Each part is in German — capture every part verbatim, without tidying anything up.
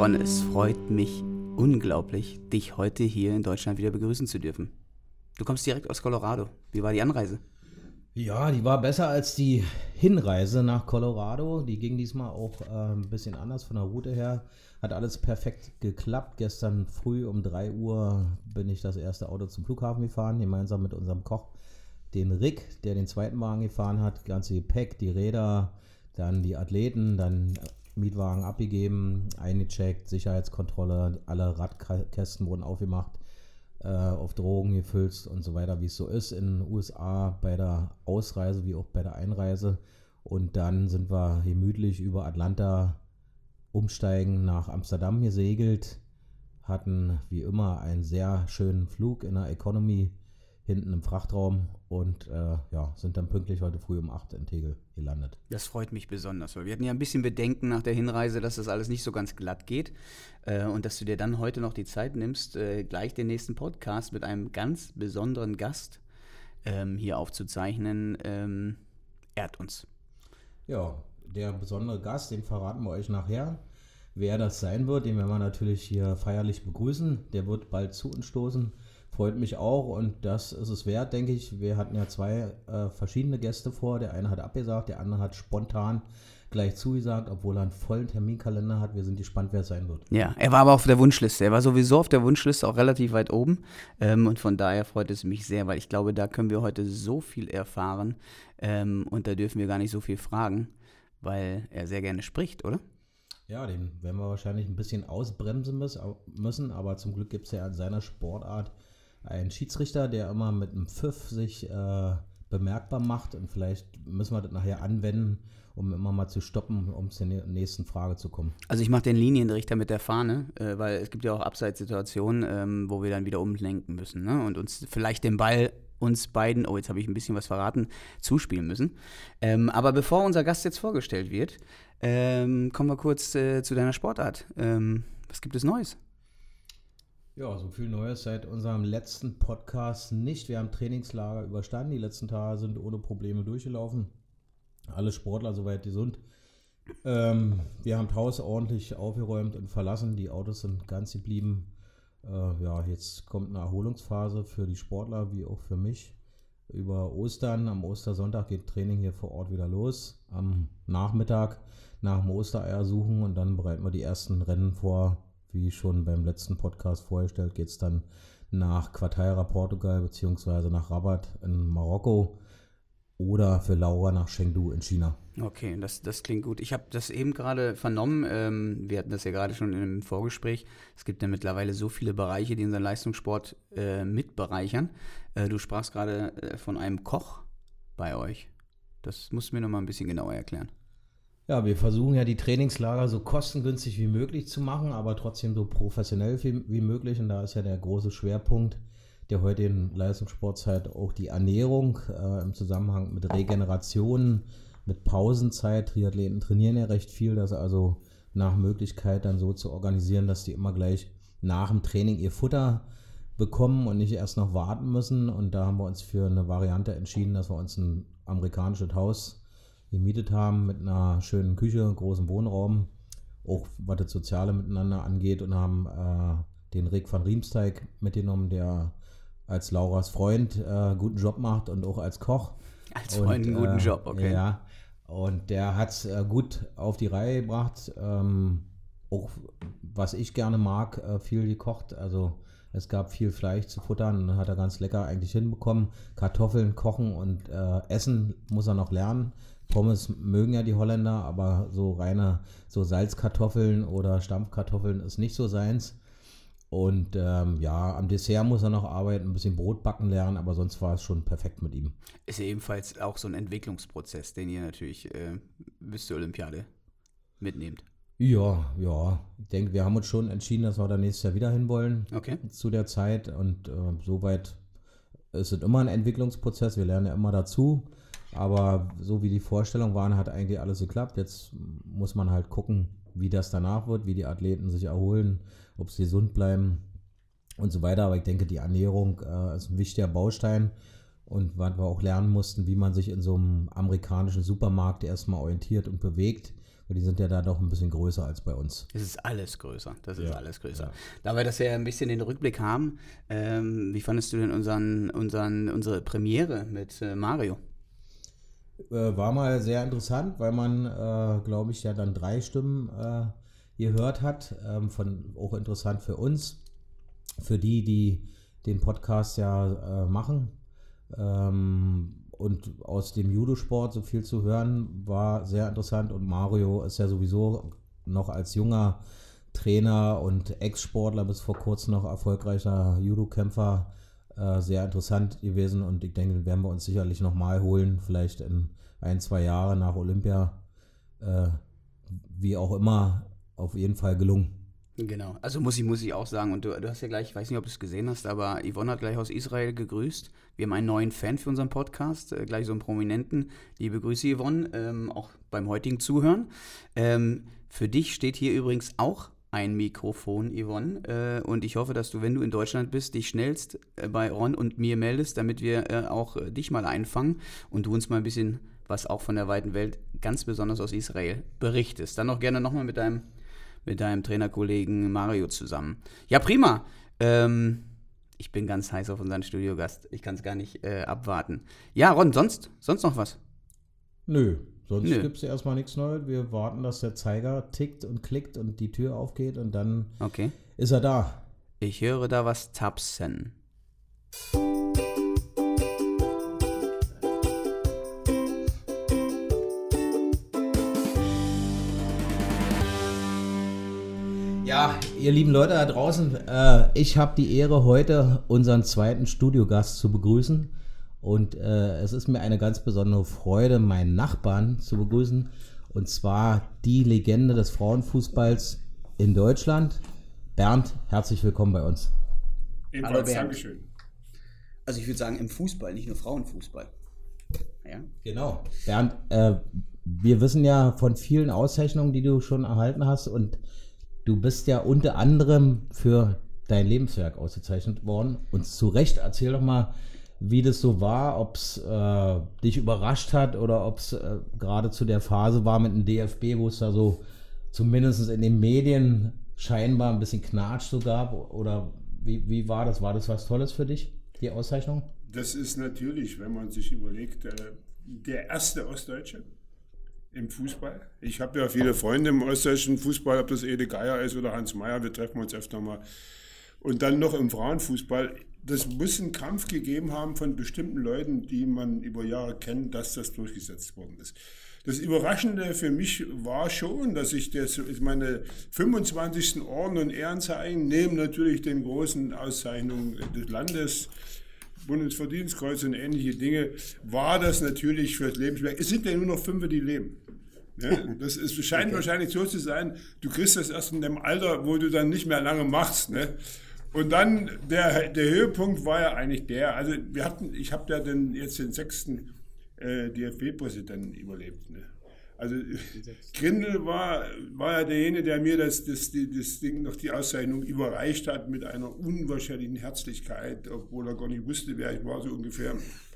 Ron, es freut mich unglaublich, dich heute hier in Deutschland wieder begrüßen zu dürfen. Du kommst direkt aus Colorado. Wie war die Anreise? Ja, die war besser als die Hinreise nach Colorado. Die ging diesmal auch äh, ein bisschen anders von der Route her. Hat alles perfekt geklappt. Gestern früh um drei Uhr bin ich das erste Auto zum Flughafen gefahren, gemeinsam mit unserem Koch, den Rick, der den zweiten Wagen gefahren hat. Ganze Gepäck, die Räder, dann die Athleten, dann Mietwagen abgegeben, eingecheckt, Sicherheitskontrolle, alle Radkästen wurden aufgemacht, äh, auf Drogen gefüllt und so weiter, wie es so ist in den U S A bei der Ausreise wie auch bei der Einreise. Und dann sind wir gemütlich über Atlanta umsteigen nach Amsterdam gesegelt, hatten wie immer einen sehr schönen Flug in der Economy hinten im Frachtraum und äh, ja, sind dann pünktlich heute früh um acht in Tegel gelandet. Das freut mich besonders, weil wir hatten ja ein bisschen Bedenken nach der Hinreise, dass das alles nicht so ganz glatt geht äh, und dass du dir dann heute noch die Zeit nimmst, äh, gleich den nächsten Podcast mit einem ganz besonderen Gast ähm, hier aufzuzeichnen, ähm, ehrt uns. Ja, der besondere Gast, den verraten wir euch nachher. Wer das sein wird, den werden wir natürlich hier feierlich begrüßen. Der wird bald zu uns stoßen. Freut mich auch und das ist es wert, denke ich. Wir hatten ja zwei äh, verschiedene Gäste vor. Der eine hat abgesagt, der andere hat spontan gleich zugesagt, obwohl er einen vollen Terminkalender hat. Wir sind gespannt, wer es sein wird. Ja, er war aber auf der Wunschliste. Er war sowieso auf der Wunschliste auch relativ weit oben. Ähm, und von daher freut es mich sehr, weil ich glaube, da können wir heute so viel erfahren. Ähm, und da dürfen wir gar nicht so viel fragen, weil er sehr gerne spricht, oder? Ja, den werden wir wahrscheinlich ein bisschen ausbremsen müssen. Aber zum Glück gibt es ja in seiner Sportart ein Schiedsrichter, der immer mit einem Pfiff sich äh, bemerkbar macht und vielleicht müssen wir das nachher anwenden, um immer mal zu stoppen, um zur nächsten Frage zu kommen. Also ich mache den Linienrichter mit der Fahne, äh, weil es gibt ja auch Abseitssituationen, ähm, wo wir dann wieder umlenken müssen, ne? Und uns vielleicht den Ball uns beiden, oh jetzt habe ich ein bisschen was verraten, zuspielen müssen. Ähm, aber bevor unser Gast jetzt vorgestellt wird, ähm, kommen wir kurz äh, zu deiner Sportart. Ähm, was gibt es Neues? Ja, so viel Neues seit unserem letzten Podcast nicht. Wir haben Trainingslager überstanden. Die letzten Tage sind ohne Probleme durchgelaufen. Alle Sportler soweit gesund. Ähm, wir haben das Haus ordentlich aufgeräumt und verlassen. Die Autos sind ganz geblieben. Äh, ja, jetzt kommt eine Erholungsphase für die Sportler wie auch für mich. Über Ostern, am Ostersonntag geht Training hier vor Ort wieder los. Am Nachmittag nach dem Ostereier suchen und dann bereiten wir die ersten Rennen vor. Wie schon beim letzten Podcast vorgestellt, geht es dann nach Quarteira, Portugal, beziehungsweise nach Rabat in Marokko oder für Laura nach Chengdu in China. Okay, das, das klingt gut. Ich habe das eben gerade vernommen, ähm, wir hatten das ja gerade schon im Vorgespräch, es gibt ja mittlerweile so viele Bereiche, die unseren Leistungssport äh, mitbereichern. Äh, du sprachst gerade äh, von einem Koch bei euch. Das musst du mir noch mal ein bisschen genauer erklären. Ja, wir versuchen ja die Trainingslager so kostengünstig wie möglich zu machen, aber trotzdem so professionell wie, wie möglich. Und da ist ja der große Schwerpunkt der heutigen Leistungssportzeit auch die Ernährung äh, im Zusammenhang mit Regeneration, mit Pausenzeit. Triathleten trainieren ja recht viel, das also nach Möglichkeit dann so zu organisieren, dass die immer gleich nach dem Training ihr Futter bekommen und nicht erst noch warten müssen. Und da haben wir uns für eine Variante entschieden, dass wir uns ein amerikanisches Haus gemietet haben mit einer schönen Küche, großem Wohnraum, auch was das Soziale miteinander angeht und haben äh, den Rick van Riemsdijk mitgenommen, der als Lauras Freund äh, guten Job macht und auch als Koch. Als Freund einen guten äh, Job, okay. Ja, und der hat es äh, gut auf die Reihe gebracht, ähm, auch was ich gerne mag, äh, viel gekocht, also es gab viel Fleisch zu futtern und hat er ganz lecker eigentlich hinbekommen. Kartoffeln kochen und äh, essen muss er noch lernen. Pommes mögen ja die Holländer, aber so reine so Salzkartoffeln oder Stampfkartoffeln ist nicht so seins. Und ähm, ja, am Dessert muss er noch arbeiten, ein bisschen Brot backen lernen, aber sonst war es schon perfekt mit ihm. Ist ja ebenfalls auch so ein Entwicklungsprozess, den ihr natürlich äh, bis zur Olympiade mitnehmt. Ja, ja. Ich denke, wir haben uns schon entschieden, dass wir da nächstes Jahr wieder hinwollen. Okay. Zu der Zeit. Und äh, soweit ist es immer ein Entwicklungsprozess. Wir lernen ja immer dazu. Aber so wie die Vorstellungen waren, hat eigentlich alles geklappt. Jetzt muss man halt gucken, wie das danach wird, wie die Athleten sich erholen, ob sie gesund bleiben und so weiter. Aber ich denke, die Ernährung äh, ist ein wichtiger Baustein. Und was wir auch lernen mussten, wie man sich in so einem amerikanischen Supermarkt erstmal orientiert und bewegt. weil die sind ja da doch ein bisschen größer als bei uns. Das ist alles größer, das ist Ja, alles größer. ja. Da wir das ja ein bisschen den Rückblick haben, ähm, wie fandest du denn unseren, unseren, unsere Premiere mit äh, Mario? Äh, war mal sehr interessant, weil man, äh, glaube ich, ja dann drei Stimmen äh, gehört hat. Ähm, von, auch interessant für uns, für die, die den Podcast ja äh, machen. Ähm, und aus dem Judosport so viel zu hören, war sehr interessant. Und Mario ist ja sowieso noch als junger Trainer und Ex-Sportler bis vor kurzem noch erfolgreicher Judo-Kämpfer äh, sehr interessant gewesen. Und ich denke, den werden wir uns sicherlich nochmal holen, vielleicht in ein, zwei Jahre nach Olympia. Äh, wie auch immer, auf jeden Fall gelungen. Genau, also muss ich, muss ich auch sagen, und du, du hast ja gleich, ich weiß nicht, ob du es gesehen hast, aber Yvonne hat gleich aus Israel gegrüßt. Wir haben einen neuen Fan für unseren Podcast, äh, gleich so einen Prominenten. Liebe Grüße, Yvonne, ähm, auch beim heutigen Zuhören. Ähm, für dich steht hier übrigens auch ein Mikrofon, Yvonne, äh, und ich hoffe, dass du, wenn du in Deutschland bist, dich schnellst äh, bei Ron und mir meldest, damit wir äh, auch äh, dich mal einfangen und du uns mal ein bisschen, was auch von der weiten Welt, ganz besonders aus Israel, berichtest. Dann auch gerne nochmal mit deinem mit deinem Trainerkollegen Mario zusammen. Ja, prima. Ähm, ich bin ganz heiß auf unseren Studiogast. Ich kann es gar nicht äh, abwarten. Ja, Ron, sonst? Sonst noch was? Nö, sonst Nö. gibt es ja erstmal nichts Neues. Wir warten, dass der Zeiger tickt und klickt und die Tür aufgeht und dann Okay. ist er da. Ich höre da was tapsen. Ja, ihr lieben Leute da draußen, äh, ich habe die Ehre, heute unseren zweiten Studiogast zu begrüßen. Und äh, es ist mir eine ganz besondere Freude, meinen Nachbarn zu begrüßen. Und zwar die Legende des Frauenfußballs in Deutschland. Bernd, herzlich willkommen bei uns. Hallo, Ebenfalls, Bernd. Dankeschön. Also ich würde sagen, im Fußball, nicht nur Frauenfußball. Ja? Genau. Bernd, äh, wir wissen ja von vielen Auszeichnungen, die du schon erhalten hast. Und du bist ja unter anderem für dein Lebenswerk ausgezeichnet worden. Und zu Recht, erzähl doch mal, wie das so war, ob es äh, dich überrascht hat oder ob es äh, gerade zu der Phase war mit dem D F B, wo es da so zumindest in den Medien scheinbar ein bisschen Knatsch so gab. Oder wie, wie war das? War das was Tolles für dich, die Auszeichnung? Das ist natürlich, wenn man sich überlegt, äh, der erste Ostdeutsche im Fußball. Ich habe ja viele Freunde im ostdeutschen Fußball, ob das Ede Geier ist oder Hans Meyer, wir treffen uns öfter mal. Und dann noch im Frauenfußball. Das muss einen Kampf gegeben haben von bestimmten Leuten, die man über Jahre kennt, dass das durchgesetzt worden ist. Das Überraschende für mich war schon, dass ich das, meine fünfundzwanzigsten Orden und Ehrenzeichen, neben natürlich den großen Auszeichnungen des Landes, Bundesverdienstkreuz und ähnliche Dinge, war das natürlich für das Lebenswerk. Es sind ja nur noch fünf, die leben. Ja, das ist, scheint okay. wahrscheinlich so zu sein, du kriegst das erst in dem Alter, wo du dann nicht mehr lange machst. Ne? Und dann, der, der Höhepunkt war ja eigentlich der, also wir hatten, ich habe ja den, jetzt den sechsten äh, D F B-Präsidenten überlebt. Ne? Also Grindel war, war ja derjenige, der mir das, das, das Ding noch die Auszeichnung überreicht hat mit einer unwahrscheinlichen Herzlichkeit, obwohl er gar nicht wusste, wer ich war, so ungefähr.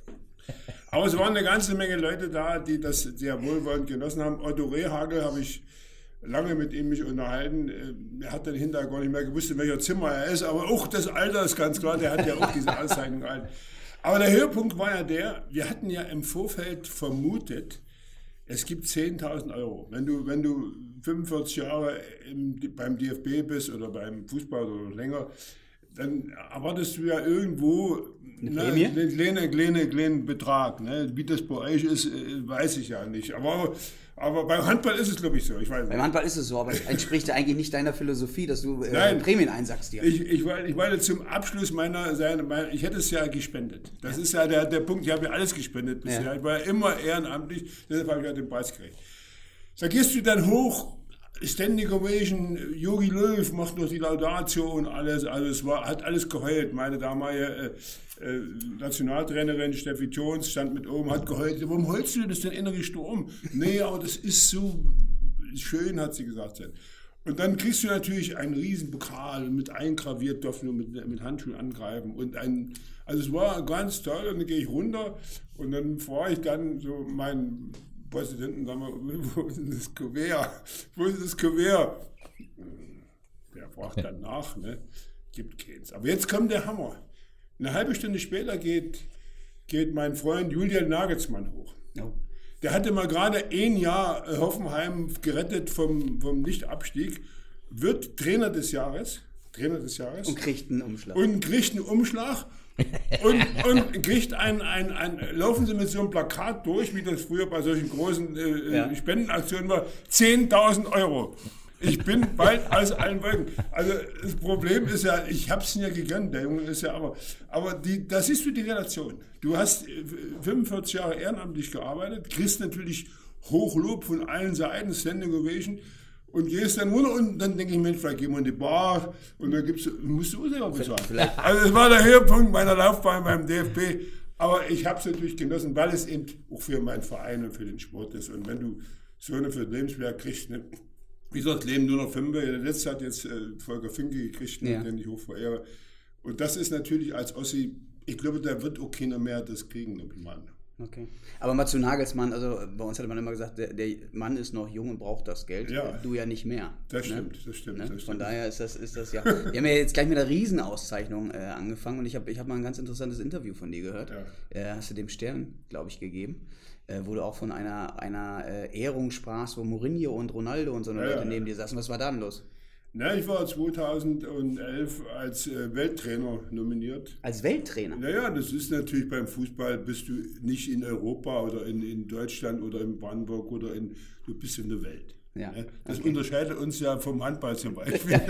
Aber es waren eine ganze Menge Leute da, die das sehr wohlwollend genossen haben. Otto Rehhagel habe ich lange mit ihm mich unterhalten. Er hat dann hinterher gar nicht mehr gewusst, in welcher Zimmer er ist, aber auch das Alter ist ganz klar, der hat ja auch diese Auszeichnung erhalten. Aber der Höhepunkt war ja der, wir hatten ja im Vorfeld vermutet, es gibt zehntausend Euro. Wenn du, wenn du fünfundvierzig Jahre im, beim D F B bist oder beim Fußball oder länger, dann erwartest du ja irgendwo ne, einen kleinen, kleinen, kleinen Betrag. Ne? Wie das bei euch ist, weiß ich ja nicht. Aber, aber beim Handball ist es, glaube ich, so. Ich weiß nicht. Beim Handball ist es so, aber es entspricht ja eigentlich nicht deiner Philosophie, dass du äh, Prämien einsackst hier. Ich, ich, ich wollte zum Abschluss meiner, meiner, ich hätte es ja gespendet. Das ja. ist ja der, der Punkt, ich habe ja alles gespendet bisher. Ja. Ich war ja immer ehrenamtlich, deshalb habe ich ja den Preis gekriegt. Da gehst du dann hoch, Standing Ovation, Jogi Löw macht noch die Laudatio und alles, also es war, hat alles geheult. Meine damalige äh, äh, Nationaltrainerin Steffi Jones stand mit oben, hat geheult. Warum heulst du das denn innere Sturm? Nee, aber das ist so schön, hat sie gesagt. Und dann kriegst du natürlich einen riesen Pokal mit eingraviert, darfst du mit, mit Handschuhen angreifen und ein, also es war ganz toll und dann gehe ich runter und dann fahre ich dann so mein Präsidenten damals, wo ist denn das Kuvert? Wo ist das Kuvert? Der fragt dann nach, ne? Gibt keins. Aber jetzt kommt der Hammer. Eine halbe Stunde später geht, geht mein Freund Julian Nagelsmann hoch. Oh. Der hatte mal gerade ein Jahr Hoffenheim gerettet vom, vom Nichtabstieg, wird Trainer des Jahres. Trainer des Jahres. Und kriegt einen Umschlag. Und kriegt einen Umschlag. und, und kriegt ein, ein, ein, laufen Sie mit so einem Plakat durch, wie das früher bei solchen großen äh, ja. Spendenaktionen war, zehntausend Euro. Ich bin bald aus allen Wolken. Also das Problem ist ja, ich habe es ihn ja gegönnt, der Junge ist ja aber, aber die, da siehst du die Relation. Du hast fünfundvierzig Jahre ehrenamtlich gearbeitet, kriegst natürlich Hochlob von allen Seiten, Standing Ovation, und gehst dann runter und dann denke ich, Mensch, vielleicht gehen wir in die Bar und dann gibt's, musst du selber bezahlen. Also das war der Höhepunkt meiner Laufbahn beim D F B. Aber ich habe es natürlich genossen, weil es eben auch für meinen Verein und für den Sport ist. Und wenn du so eine für Lebenswerk kriegst, ne, wie gesagt, leben nur noch fünf. Der letzte hat jetzt äh, Volker Finke gekriegt, ja. Den ich hoch verehre. Und das ist natürlich als Ossi, ich glaube, da wird auch keiner mehr das kriegen, Mann. Okay. Aber mal zu Nagelsmann, also bei uns hat man immer gesagt, der, der Mann ist noch jung und braucht das Geld. Ja. Du ja nicht mehr. Das ne? stimmt, das stimmt, ne? das stimmt. Von daher ist das, ist das ja. Wir haben ja jetzt gleich mit einer Riesenauszeichnung äh, angefangen und ich habe ich hab mal ein ganz interessantes Interview von dir gehört. Ja. Äh, hast du dem Stern, glaube ich, gegeben. Äh, wo du auch von einer, einer äh, Ehrung sprachst, wo Mourinho und Ronaldo und so eine ja, Leute ja. neben dir saßen. Was war da denn los? Na, ich war zweitausendelf als äh, Welttrainer nominiert. Als Welttrainer? Naja, das ist natürlich beim Fußball, bist du nicht in Europa oder in, in Deutschland oder in Brandenburg oder in, du bist in der Welt. Ja, das okay. unterscheidet uns ja vom Handball zum Beispiel.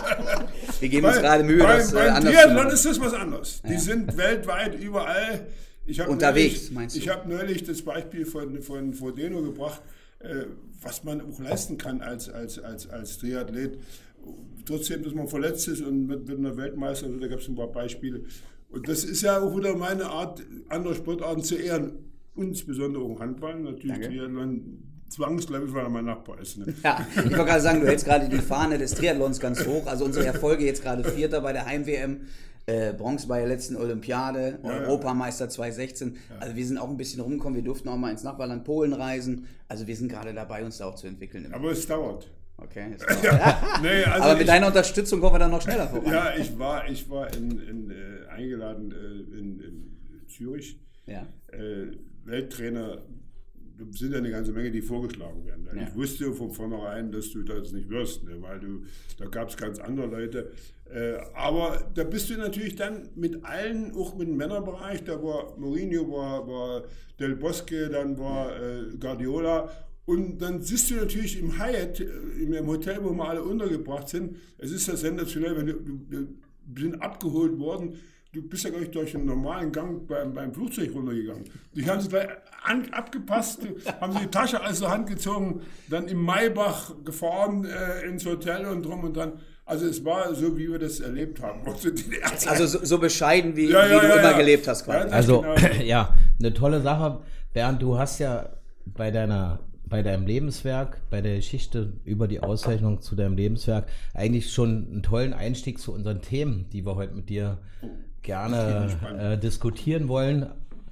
Wir geben uns gerade Mühe, bei, das beim äh, anders Triathlon ist das was anderes. Die ja. sind weltweit überall. Ich Unterwegs, neulich, meinst du? Ich habe neulich das Beispiel von, von Frodeno gebracht, äh, was man auch leisten kann als, als, als, als Triathlet. Trotzdem, dass man verletzt ist und mit, mit einer Weltmeister, da gab es ein paar Beispiele. Und das ist ja auch wieder meine Art, andere Sportarten zu ehren. Insbesondere auch Handball, natürlich Danke. Triathlon. Zwangsläufig, weil er mein Nachbar ist. Ne? Ja, ich wollte gerade sagen, du hältst gerade die Fahne des Triathlons ganz hoch. Also unsere Erfolge jetzt gerade Vierter bei der Heim-W M, äh, Bronze bei der letzten Olympiade, ja, Europameister zwanzig sechzehn. Ja. Also wir sind auch ein bisschen rumgekommen. Wir durften auch mal ins Nachbarland Polen reisen. Also wir sind gerade dabei, uns da auch zu entwickeln. Aber es dauert. Okay. Es dauert. Ja, nee, also aber mit ich, deiner Unterstützung kommen wir dann noch schneller voran. Ja, ich war, ich war in, in, äh, eingeladen äh, in, in Zürich. Ja. Äh, Welttrainer. Es sind ja eine ganze Menge, die vorgeschlagen werden. Ja. Ich wusste von vornherein, dass du das nicht wirst, ne, weil du, da gab es ganz andere Leute. Äh, aber da bist du natürlich dann mit allen, auch mit dem Männerbereich, da war Mourinho, war, war Del Bosque, dann war äh, Guardiola. Und dann siehst du natürlich im Hyatt, im Hotel, wo wir alle untergebracht sind, es ist ja sensationell, wenn du, du, du sind abgeholt worden. Du bist ja gar nicht durch einen normalen Gang beim, beim Flugzeug runtergegangen. Die haben sich gleich an, abgepasst, haben die Tasche aus der Hand gezogen, dann im Maybach gefahren äh, ins Hotel und drum und dran. Also es war so, wie wir das erlebt haben. Also so, so bescheiden, wie, ja, wie ja, du ja, immer ja. gelebt hast quasi. Ja, also genau. Ja, eine tolle Sache. Bernd, du hast ja bei deiner... bei deinem Lebenswerk, bei der Geschichte über die Auszeichnung zu deinem Lebenswerk eigentlich schon einen tollen Einstieg zu unseren Themen, die wir heute mit dir gerne äh, diskutieren wollen,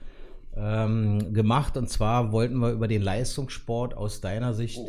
ähm, gemacht. Und zwar wollten wir über den Leistungssport aus deiner Sicht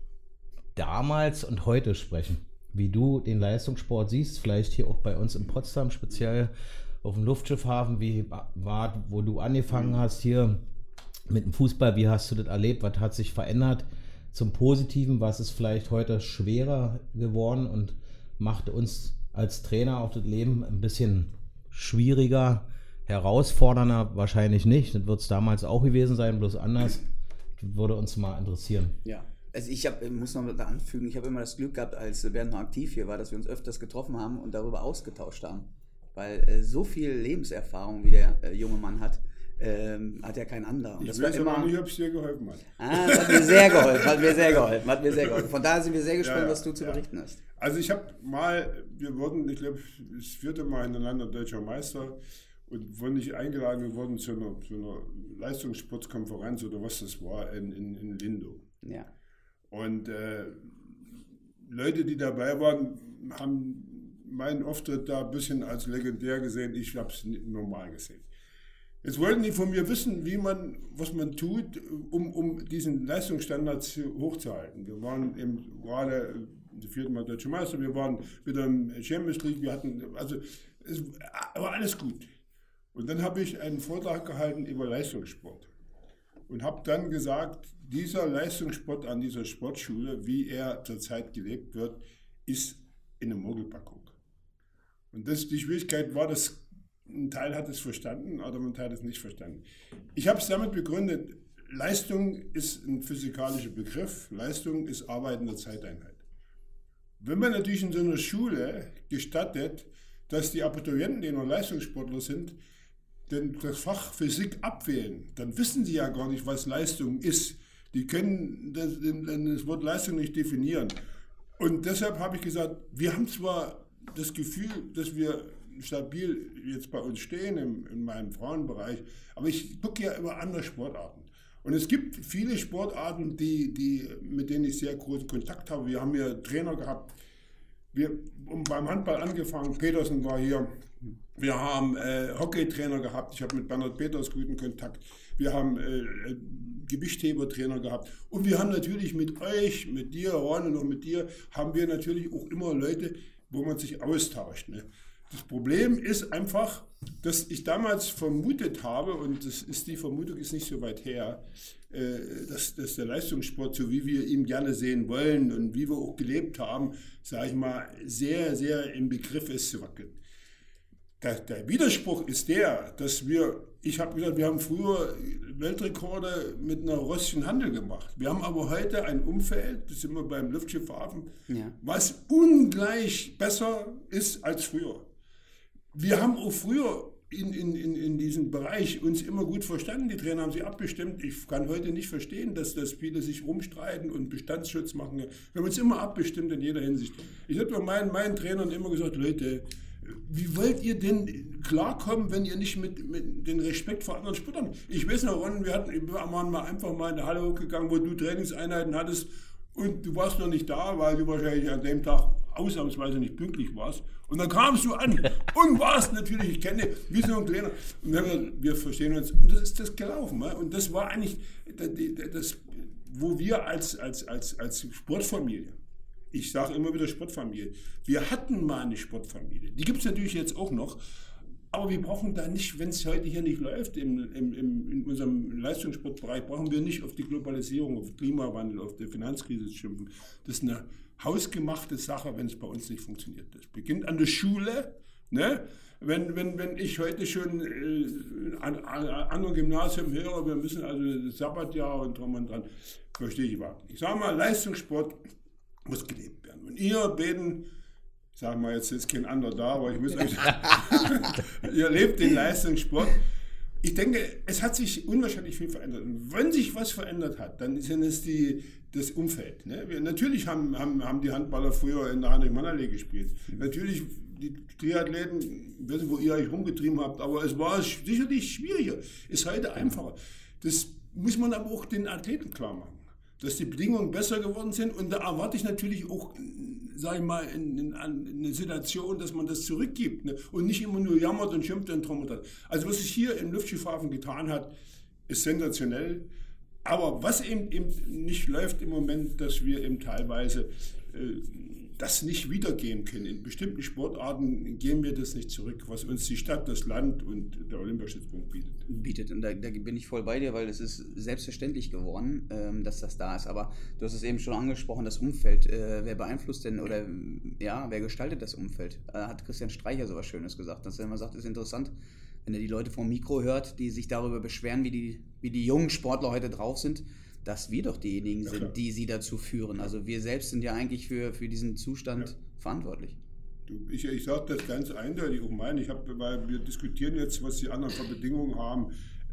damals und heute sprechen. Wie du den Leistungssport siehst, vielleicht hier auch bei uns in Potsdam speziell auf dem Luftschiffhafen, wie war, wo du angefangen hast hier mit dem Fußball, wie hast du das erlebt? Was hat sich verändert zum Positiven? Was ist vielleicht heute schwerer geworden und macht uns als Trainer auch das Leben ein bisschen schwieriger, herausfordernder? Wahrscheinlich nicht. Das wird es damals auch gewesen sein, bloß anders. Das würde uns mal interessieren. Ja, also ich hab, muss noch da anfügen, ich habe immer das Glück gehabt, als Bernd noch aktiv hier war, dass wir uns öfters getroffen haben und darüber ausgetauscht haben. Weil äh, so viel Lebenserfahrung, wie der äh, junge Mann hat, Ähm, hat ja kein anderer. Und ich das weiß war immer, aber nicht, ob es dir geholfen hat. Ah, das hat mir sehr geholfen, hat mir sehr geholfen, hat mir sehr geholfen. Von daher sind wir sehr gespannt, ja, ja, was du zu ja. berichten hast. Also ich habe mal, wir wurden, ich glaube, das vierte Mal hintereinander deutscher Meister und wurden nicht eingeladen, wir wurden zu einer, zu einer Leistungssportkonferenz oder was das war, in, in, in Lindow. Ja. Und äh, Leute, die dabei waren, haben meinen Auftritt da ein bisschen als legendär gesehen, ich habe es normal gesehen. Jetzt wollten die von mir wissen, wie man, was man tut, um, um diesen Leistungsstandard hochzuhalten. Wir waren eben gerade die vierten Mal Deutsche Meister, wir waren wieder im Champions League, wir hatten, also es war alles gut. Und dann habe ich einen Vortrag gehalten über Leistungssport und habe dann gesagt, dieser Leistungssport an dieser Sportschule, wie er zurzeit gelebt wird, ist in der Mogelpackung. Und das, die Schwierigkeit war, dass ein Teil hat es verstanden, oder ein Teil hat es nicht verstanden. Ich habe es damit begründet, Leistung ist ein physikalischer Begriff, Leistung ist Arbeit in der Zeiteinheit. Wenn man natürlich in so einer Schule gestattet, dass die Abiturienten, die noch Leistungssportler sind, denn das Fach Physik abwählen, dann wissen sie ja gar nicht, was Leistung ist. Die können das, das Wort Leistung nicht definieren. Und deshalb habe ich gesagt, wir haben zwar das Gefühl, dass wir stabil jetzt bei uns stehen im, in meinem Frauenbereich, aber ich gucke ja über andere Sportarten. Und es gibt viele Sportarten, die, die, mit denen ich sehr großen Kontakt habe. Wir haben hier Trainer gehabt, wir haben beim Handball angefangen, Petersen war hier, wir haben äh, Hockeytrainer gehabt, ich habe mit Bernhard Peters guten Kontakt, wir haben äh, Gewichthebertrainer gehabt und wir haben natürlich mit euch, mit dir, Ron, und auch mit dir, haben wir natürlich auch immer Leute, wo man sich austauscht. Ne? Das Problem ist einfach, dass ich damals vermutet habe, und das ist, die Vermutung ist nicht so weit her, äh, dass, dass der Leistungssport, so wie wir ihn gerne sehen wollen und wie wir auch gelebt haben, sage ich mal, sehr, sehr im Begriff ist zu wackeln. Der, der Widerspruch ist der, dass wir, ich habe gesagt, wir haben früher Weltrekorde mit einer russischen Handel gemacht. Wir haben aber heute ein Umfeld, das sind wir beim Luftschiffhafen, ja, was ungleich besser ist als früher. Wir haben auch früher in, in, in, in diesem Bereich uns immer gut verstanden. Die Trainer haben sich abgestimmt. Ich kann heute nicht verstehen, dass, dass viele sich rumstreiten und Bestandsschutz machen. Wir haben uns immer abgestimmt in jeder Hinsicht. Ich habe bei meinen, meinen Trainern immer gesagt, Leute, wie wollt ihr denn klarkommen, wenn ihr nicht mit, mit den Respekt vor anderen Sportlern? Ich weiß noch, Ron, wir, hatten, wir waren mal einfach mal in der Halle hochgegangen, wo du Trainingseinheiten hattest und du warst noch nicht da, weil du wahrscheinlich an dem Tag ausnahmsweise nicht pünktlich warst. Und dann kamst du an und warst natürlich, ich kenne dich, wie so ein Kleiner. Und wir, haben, wir verstehen uns. Und das ist das gelaufen. Und das war eigentlich das, wo wir als, als, als, als Sportfamilie, ich sage immer wieder Sportfamilie, wir hatten mal eine Sportfamilie. Die gibt es natürlich jetzt auch noch. Aber wir brauchen da nicht, wenn es heute hier nicht läuft, im, im, im, in unserem Leistungssportbereich, brauchen wir nicht auf die Globalisierung, auf den Klimawandel, auf die Finanzkrise zu schimpfen. Das ist eine hausgemachte Sache, wenn es bei uns nicht funktioniert. Das beginnt an der Schule. Ne? Wenn, wenn, wenn ich heute schon äh, an einem anderen Gymnasium höre, wir müssen also das Sabbatjahr und drum und dran, verstehe ich überhaupt nicht. Ich sage mal, Leistungssport muss gelebt werden. Und ihr beten, sagen wir jetzt, ist kein anderer da, aber ich muss euch ihr lebt den Leistungssport. Ich denke, es hat sich unwahrscheinlich viel verändert. Und wenn sich was verändert hat, dann sind es die, das Umfeld. Ne? Wir, natürlich haben, haben, haben die Handballer früher in der Heinrich-Mann-Allee gespielt. Mhm. Natürlich die Triathleten, ich weiß nicht, wo ihr euch rumgetrieben habt, aber es war sicherlich schwieriger. Ist heute einfacher. Das muss man aber auch den Athleten klar machen, dass die Bedingungen besser geworden sind. Und da erwarte ich natürlich auch, sage ich mal, in, in, in eine Situation, dass man das zurückgibt, ne? Und nicht immer nur jammert und schimpft und drum und dran. Also was sich hier im Luftschiffhafen getan hat, ist sensationell. Aber was eben, eben nicht läuft im Moment, dass wir eben teilweise äh, das nicht wiedergeben können. In bestimmten Sportarten geben wir das nicht zurück, was uns die Stadt, das Land und der Olympiastützpunkt bietet. Bietet. Und da, da bin ich voll bei dir, weil es ist selbstverständlich geworden, ähm, dass das da ist. Aber du hast es eben schon angesprochen, das Umfeld. Äh, wer beeinflusst denn oder ja, wer gestaltet das Umfeld? Äh, hat Christian Streicher so was Schönes gesagt, dass er immer sagt, ist interessant, wenn er die Leute vom Mikro hört, die sich darüber beschweren, wie die, wie die jungen Sportler heute drauf sind, dass wir doch diejenigen ja, sind, klar, die sie dazu führen. Also wir selbst sind ja eigentlich für, für diesen Zustand ja. verantwortlich. Du, ich ich sage das ganz eindeutig auch mein. Ich hab, weil wir diskutieren jetzt, was die anderen für Bedingungen haben.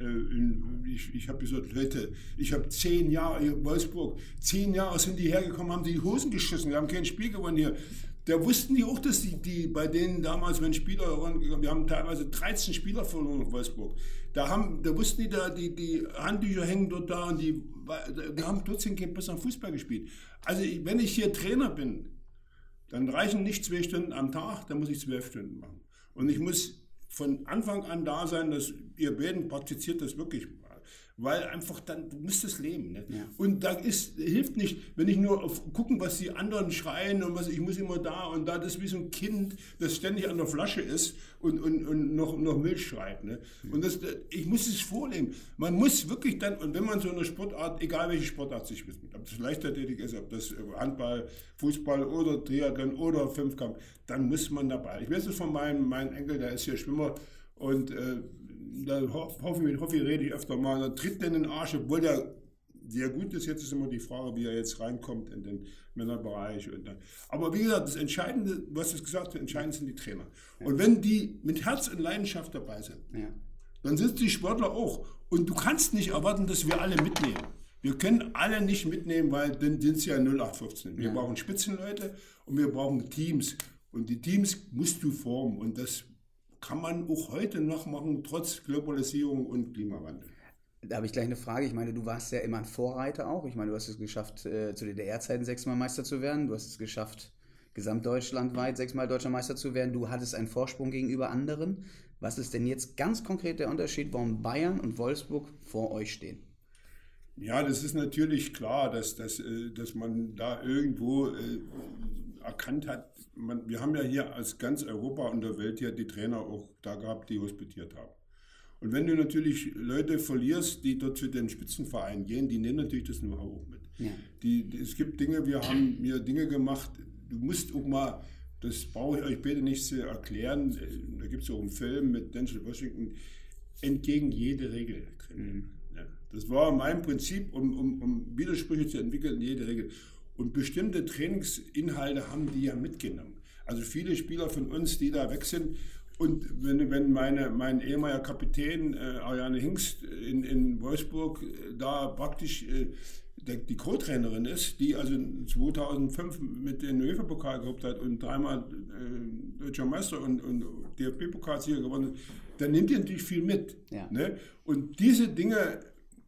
Äh, ich ich habe gesagt, Leute, ich habe zehn Jahre hier in Wolfsburg, zehn Jahre sind die hergekommen, haben die Hosen geschissen, wir haben kein Spiel gewonnen hier. Da wussten die auch, dass die, die bei denen damals, wenn Spieler, wir haben teilweise dreizehn Spieler verloren in Wolfsburg. Da, haben, da wussten die, da, die, die Handtücher hängen dort da und die, wir haben trotzdem keinen besseren Fußball gespielt. Also wenn ich hier Trainer bin, dann reichen nicht zwei Stunden am Tag, dann muss ich zwölf Stunden machen. Und ich muss von Anfang an da sein, dass ihr beiden praktiziert das wirklich mal. Weil einfach dann, du musst es leben. Ne? Ja. Und da ist, hilft nicht, wenn ich nur auf gucken, was die anderen schreien und was, ich muss immer da und da, das ist wie so ein Kind, das ständig an der Flasche ist und, und, und noch, noch Milch schreit. Ne? Und das, ich muss es vorleben. Man muss wirklich dann, und wenn man so eine Sportart, egal welche Sportart sich widmet, ob das Leichtathletik ist, ob das Handball, Fußball oder Triathlon oder Fünfkampf, dann muss man dabei. Ich weiß es von meinem, meinem Enkel, der ist ja Schwimmer und äh, da hoffe ich, hoffe ich, rede ich öfter mal, da tritt den in den Arsch, obwohl der sehr gut ist. Jetzt ist immer die Frage, wie er jetzt reinkommt in den Männerbereich. Und dann. Aber wie gesagt, das Entscheidende, du hast es gesagt, das Entscheidende sind die Trainer. Ja. Und wenn die mit Herz und Leidenschaft dabei sind, ja. dann sind die Sportler auch. Und du kannst nicht erwarten, dass wir alle mitnehmen. Wir können alle nicht mitnehmen, weil dann sind es ja null acht fünfzehn. Wir ja. brauchen Spitzenleute und wir brauchen Teams. Und die Teams musst du formen. Und das kann man auch heute noch machen, trotz Globalisierung und Klimawandel. Da habe ich gleich eine Frage. Ich meine, du warst ja immer ein Vorreiter auch. Ich meine, du hast es geschafft, äh, zu D D R-Zeiten sechsmal Meister zu werden. Du hast es geschafft, gesamtdeutschlandweit sechsmal deutscher Meister zu werden. Du hattest einen Vorsprung gegenüber anderen. Was ist denn jetzt ganz konkret der Unterschied, warum Bayern und Wolfsburg vor euch stehen? Ja, das ist natürlich klar, dass, dass, dass man da irgendwo äh, erkannt hat, man, wir haben ja hier aus ganz Europa und der Welt ja die Trainer auch da gehabt, die hospitiert haben. Und wenn du natürlich Leute verlierst, die dort für den Spitzenverein gehen, die nehmen natürlich das Know-how auch mit. Ja. Die, die, es gibt Dinge, wir haben hier Dinge gemacht, du musst auch mal, das brauche ich euch bitte nicht zu erklären, da gibt es auch einen Film mit Denzel Washington, entgegen jede Regel drin. Mhm. Ja, das war mein Prinzip, um, um, um Widersprüche zu entwickeln, jede Regel. Und bestimmte Trainingsinhalte haben die ja mitgenommen. Also viele Spieler von uns, die da weg sind. Und wenn, wenn meine, mein ehemaliger Kapitän äh, Ariane Hingst in, in Wolfsburg äh, da praktisch äh, der, die Co-Trainerin ist, die also zweitausendfünf mit dem UEFA-Pokal gehabt hat und dreimal äh, Deutscher Meister und, und D F B-Pokalsieger gewonnen hat, dann nimmt die natürlich viel mit. Ja. Ne? Und diese Dinge,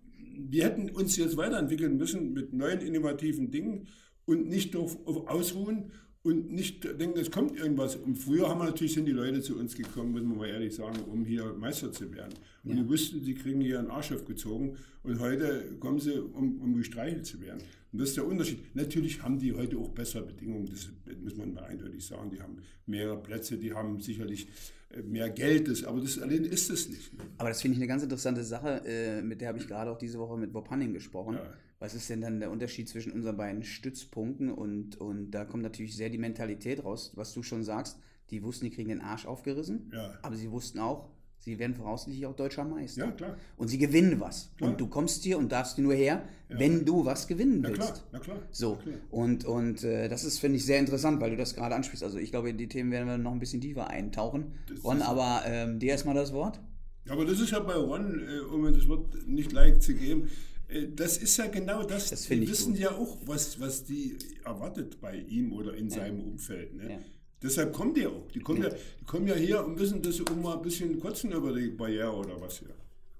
wir hätten uns jetzt weiterentwickeln müssen mit neuen innovativen Dingen und nicht auf, auf ausruhen und nicht denken, es kommt irgendwas. Und früher haben wir natürlich, sind die Leute zu uns gekommen, müssen wir mal ehrlich sagen, um hier Meister zu werden. Und ja. die wussten, sie kriegen hier einen Arsch aufgezogen und heute kommen sie, um, um gestreichelt zu werden. Und das ist der Unterschied. Natürlich haben die heute auch bessere Bedingungen, das muss man mal eindeutig sagen. Die haben mehrere Plätze, die haben sicherlich mehr Geld, das, aber das allein ist es nicht. Aber das finde ich eine ganz interessante Sache, äh, mit der habe ich gerade auch diese Woche mit Bob Hanning gesprochen. Ja. Was ist denn dann der Unterschied zwischen unseren beiden Stützpunkten? Und, und da kommt natürlich sehr die Mentalität raus, was du schon sagst. Die wussten, die kriegen den Arsch aufgerissen, ja. aber sie wussten auch, sie werden voraussichtlich auch deutscher Meister. Ja, klar. Und sie gewinnen was. Klar. Und du kommst hier und darfst nur her, ja. wenn du was gewinnen willst. Na klar, na klar. So. Na klar. Und, und äh, das ist, finde ich, sehr interessant, weil du das gerade ansprichst. Also ich glaube, in die Themen werden wir noch ein bisschen tiefer eintauchen. Das Ron, aber ähm, dir erstmal das Wort. Aber das ist ja bei Ron, äh, um mir das Wort nicht leicht zu geben, äh, das ist ja genau das. Das die wissen gut. ja auch, was, was die erwartet bei ihm oder in ja. seinem Umfeld. Ne? Ja. Deshalb kommen die auch. Die kommen ja. ja, die kommen ja hier und wissen, dass sie auch mal ein bisschen kotzen über die Barriere oder was hier.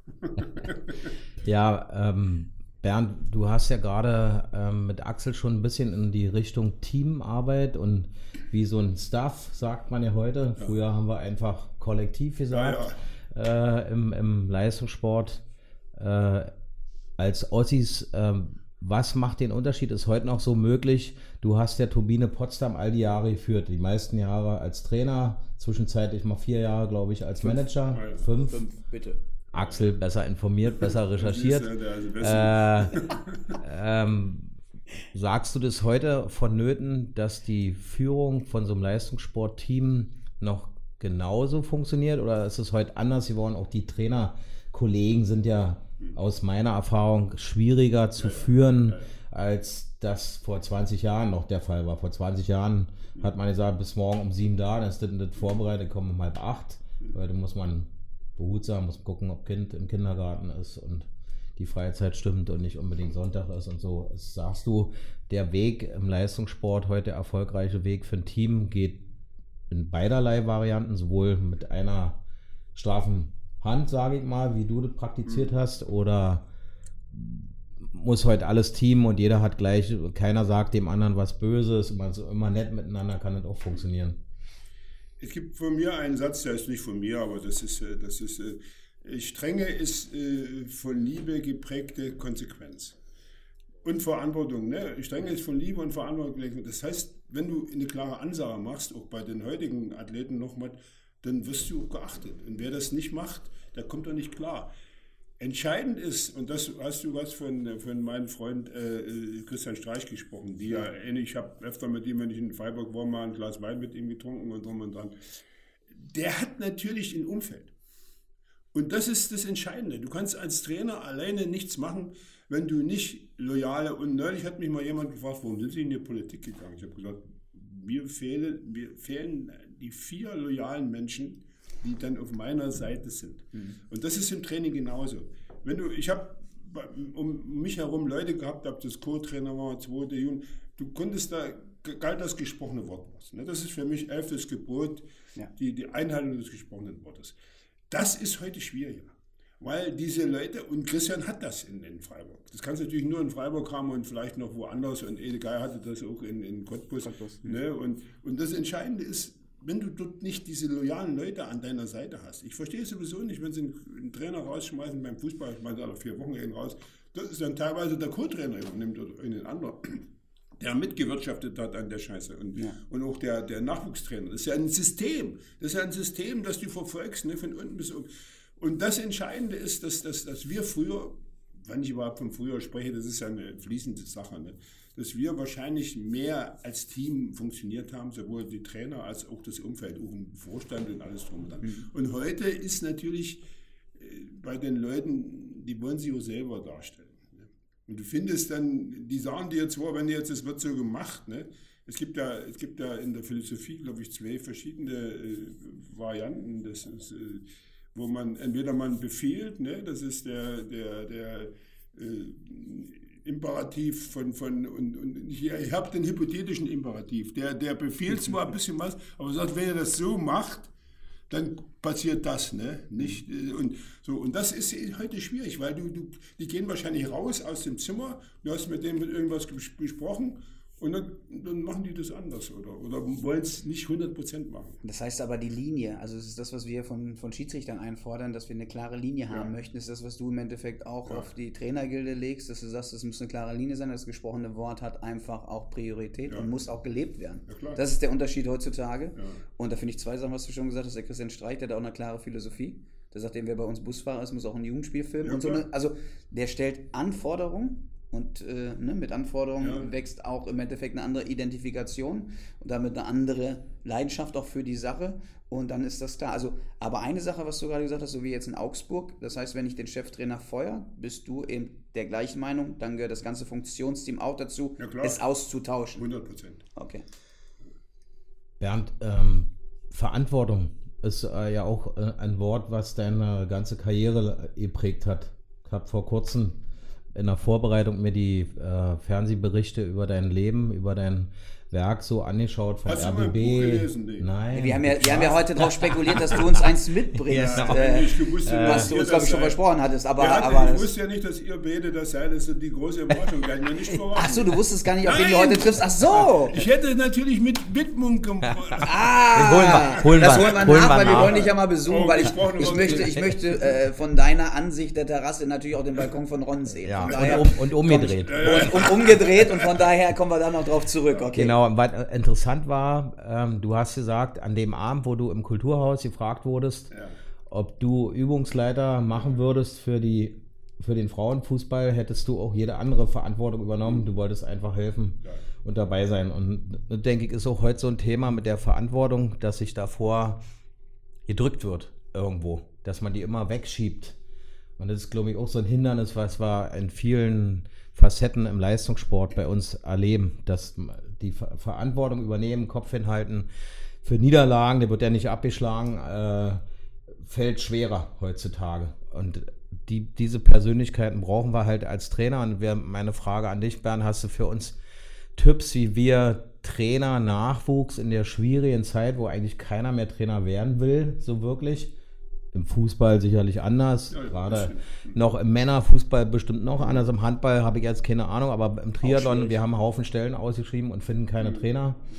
Ja, ähm, Bernd, du hast ja gerade ähm, mit Axel schon ein bisschen in die Richtung Teamarbeit und wie so ein Staff, sagt man ja heute. Ja. Früher haben wir einfach kollektiv gesagt, ja, ja. Äh, im, im Leistungssport. Äh, als Ossis, äh, was macht den Unterschied? Ist heute noch so möglich? Du hast ja Turbine Potsdam all die Jahre geführt, die meisten Jahre als Trainer, zwischenzeitlich mal vier Jahre, glaube ich, als Fünf. Manager. Ja, Fünf. Fünf, bitte. Axel besser informiert, besser recherchiert. Äh, ähm, sagst du das heute vonnöten, dass die Führung von so einem Leistungssportteam noch genauso funktioniert oder ist es heute anders geworden? Auch die Trainerkollegen sind ja aus meiner Erfahrung schwieriger zu führen, als das vor zwanzig Jahren noch der Fall war. Vor zwanzig Jahren hat man gesagt, bis morgen um sieben da, dann ist das, das vorbereitet, kommen um halb acht, weil da muss man behutsam, muss gucken, ob Kind im Kindergarten ist und die Freizeit stimmt und nicht unbedingt Sonntag ist und so. Sagst du, der Weg im Leistungssport, heute der erfolgreiche Weg für ein Team, geht in beiderlei Varianten, sowohl mit einer straffen Hand, sage ich mal, wie du das praktiziert mhm. hast, oder muss heute alles Team und jeder hat gleich, keiner sagt dem anderen was Böses, man ist immer nett miteinander, kann das auch funktionieren? es gibt von mir einen Satz, der ist nicht von mir, aber das ist, das ist Strenge ist von Liebe geprägte Konsequenz. Und Verantwortung. Ne? Strenge ist von Liebe und Verantwortung geprägt. Das heißt, wenn du eine klare Ansage machst, auch bei den heutigen Athleten nochmal, dann wirst du auch geachtet. Und wer das nicht macht, der kommt doch nicht klar. Entscheidend ist, und das hast du was von, von meinem Freund äh, Christian Streich gesprochen, die ja ähnlich, ich habe öfter mit ihm, wenn ich in Freiburg war, mal ein Glas Wein mit ihm getrunken und drum und dran. Der hat natürlich ein Umfeld. Und das ist das Entscheidende. Du kannst als Trainer alleine nichts machen, wenn du nicht loyale, und neulich hat mich mal jemand gefragt, warum sind Sie in die Politik gegangen? Ich habe gesagt, mir fehlen, mir fehlen die vier loyalen Menschen, die dann auf meiner Seite sind. Mhm. Und das ist im Training genauso. Wenn du, ich habe um mich herum Leute gehabt, ob das Co-Trainer war, zweite Jugend, du konntest da, galt das gesprochene Wort was. Ne? Das ist für mich elftes Gebot, ja. die, die Einhaltung des gesprochenen Wortes. Das ist heute schwieriger, weil diese Leute, und Christian hat das in, in Freiburg. Das kannst du natürlich nur in Freiburg haben und vielleicht noch woanders, und Ede Geier hatte das auch in, in Cottbus. Cottbus ne? und, und das Entscheidende ist, wenn du dort nicht diese loyalen Leute an deiner Seite hast. Ich verstehe sowieso nicht, wenn sie einen, einen Trainer rausschmeißen beim Fußball, ich meine, alle vier Wochen gehen raus, das ist dann teilweise der Co-Trainer übernimmt oder einen anderen, der mitgewirtschaftet hat an der Scheiße. Und, ja. und auch der, der Nachwuchstrainer. Das ist ja ein System. Das ist ja ein System, das du verfolgst, ne, von unten bis oben. Und das Entscheidende ist, dass, dass, dass wir früher, wenn ich überhaupt von früher spreche, das ist ja eine fließende Sache, ne, dass wir wahrscheinlich mehr als Team funktioniert haben, sowohl die Trainer als auch das Umfeld, auch im Vorstand und alles drum und dran. Mhm. Und heute ist natürlich äh, bei den Leuten, die wollen sich auch selber darstellen. Ne? Und du findest dann, die sagen dir zwar, wenn jetzt, es wird so gemacht, ne? Es gibt ja, es gibt ja in der Philosophie, glaube ich, zwei verschiedene äh, Varianten. Das ist, äh, wo man entweder man befiehlt, ne? Das ist der, der, der äh, Imperativ von, von und, und ich, ich habe den hypothetischen Imperativ, der, der befiehlt zwar ein bisschen was, aber sagt, wenn ihr das so macht, dann passiert das, ne? Nicht, und, so, und das ist heute schwierig, weil du, du, die gehen wahrscheinlich raus aus dem Zimmer, du hast mit denen irgendwas besprochen, und dann, dann machen die das anders oder, oder wollen es nicht hundert Prozent machen. Das heißt aber die Linie, also das ist das, was wir von, von Schiedsrichtern einfordern, dass wir eine klare Linie haben ja. möchten, ist das, was du im Endeffekt auch ja. auf die Trainergilde legst, dass du sagst, es muss eine klare Linie sein, das gesprochene Wort hat einfach auch Priorität ja. und muss auch gelebt werden. Ja, das ist der Unterschied heutzutage. Ja. Und da finde ich zwei Sachen, was du schon gesagt hast, der Christian Streich, der hat auch eine klare Philosophie. Der sagt, wer bei uns Busfahrer ist, muss auch ein Jugendspiel filmen. Ja, und so eine, also der stellt Anforderungen. Und äh, ne, mit Anforderungen ja. wächst auch im Endeffekt eine andere Identifikation und damit eine andere Leidenschaft auch für die Sache. Und dann ist das da. Also, aber eine Sache, was du gerade gesagt hast, so wie jetzt in Augsburg, das heißt, wenn ich den Cheftrainer feuere, bist du eben der gleichen Meinung, dann gehört das ganze Funktionsteam auch dazu, ja, es auszutauschen. hundert Prozent. Okay. Bernd, ähm, Verantwortung ist äh, ja auch äh, ein Wort, was deine ganze Karriere geprägt hat. Ich habe vor kurzem in der Vorbereitung mir die äh, Fernsehberichte über dein Leben, über dein Werk so angeschaut von Hast R B B. Du mein Buch gelesen, nee. Nein. Wir haben, ja, wir haben ja heute darauf spekuliert, dass du uns eins mitbringst, ja, äh, ich wusste, äh, was du uns, glaube ich, schon versprochen hattest. Aber, hatte, aber ich wusste ja nicht, dass ihr beide das seid. Das ist die große Überraschung. Kann ich mir nicht verraten. Ach so, du wusstest gar nicht, auf wen du heute triffst. Ach so. Ich hätte natürlich mit Widmung gemacht. Ah, holen wir, holen das wir, holen wir holen nach, wir weil nach. wir wollen dich ja mal besuchen, Oh, weil ich, ich möchte, ich möchte äh, von deiner Ansicht der Terrasse natürlich auch den Balkon von Ron sehen. Ja, daher, und, um, und umgedreht. Und, und umgedreht und von daher kommen wir da noch drauf zurück. Okay. Genau, was interessant war, ähm, du hast gesagt, an dem Abend, wo du im Kulturhaus gefragt wurdest, ja. ob du Übungsleiter machen würdest für, die, für den Frauenfußball, hättest du auch jede andere Verantwortung übernommen. Du wolltest einfach helfen ja. und dabei sein. Und denke ich, ist auch heute so ein Thema mit der Verantwortung, dass sich davor gedrückt wird irgendwo, dass man die immer wegschiebt. Und das ist, glaube ich, auch so ein Hindernis, was wir in vielen Facetten im Leistungssport bei uns erleben, dass die Ver- Verantwortung übernehmen, Kopf hinhalten für Niederlagen, der wird ja nicht abgeschlagen, äh, fällt schwerer heutzutage. Und die, diese Persönlichkeiten brauchen wir halt als Trainer. Und wir, meine Frage an dich, Bernd, hast du für uns Tipps, wie wir Trainer Nachwuchs in der schwierigen Zeit, wo eigentlich keiner mehr Trainer werden will, so wirklich, im Fußball sicherlich anders, ja, gerade noch im Männerfußball bestimmt noch anders, im Handball habe ich jetzt keine Ahnung, aber im Triathlon, wir haben einen Haufen Stellen ausgeschrieben und finden keine mhm. Trainer.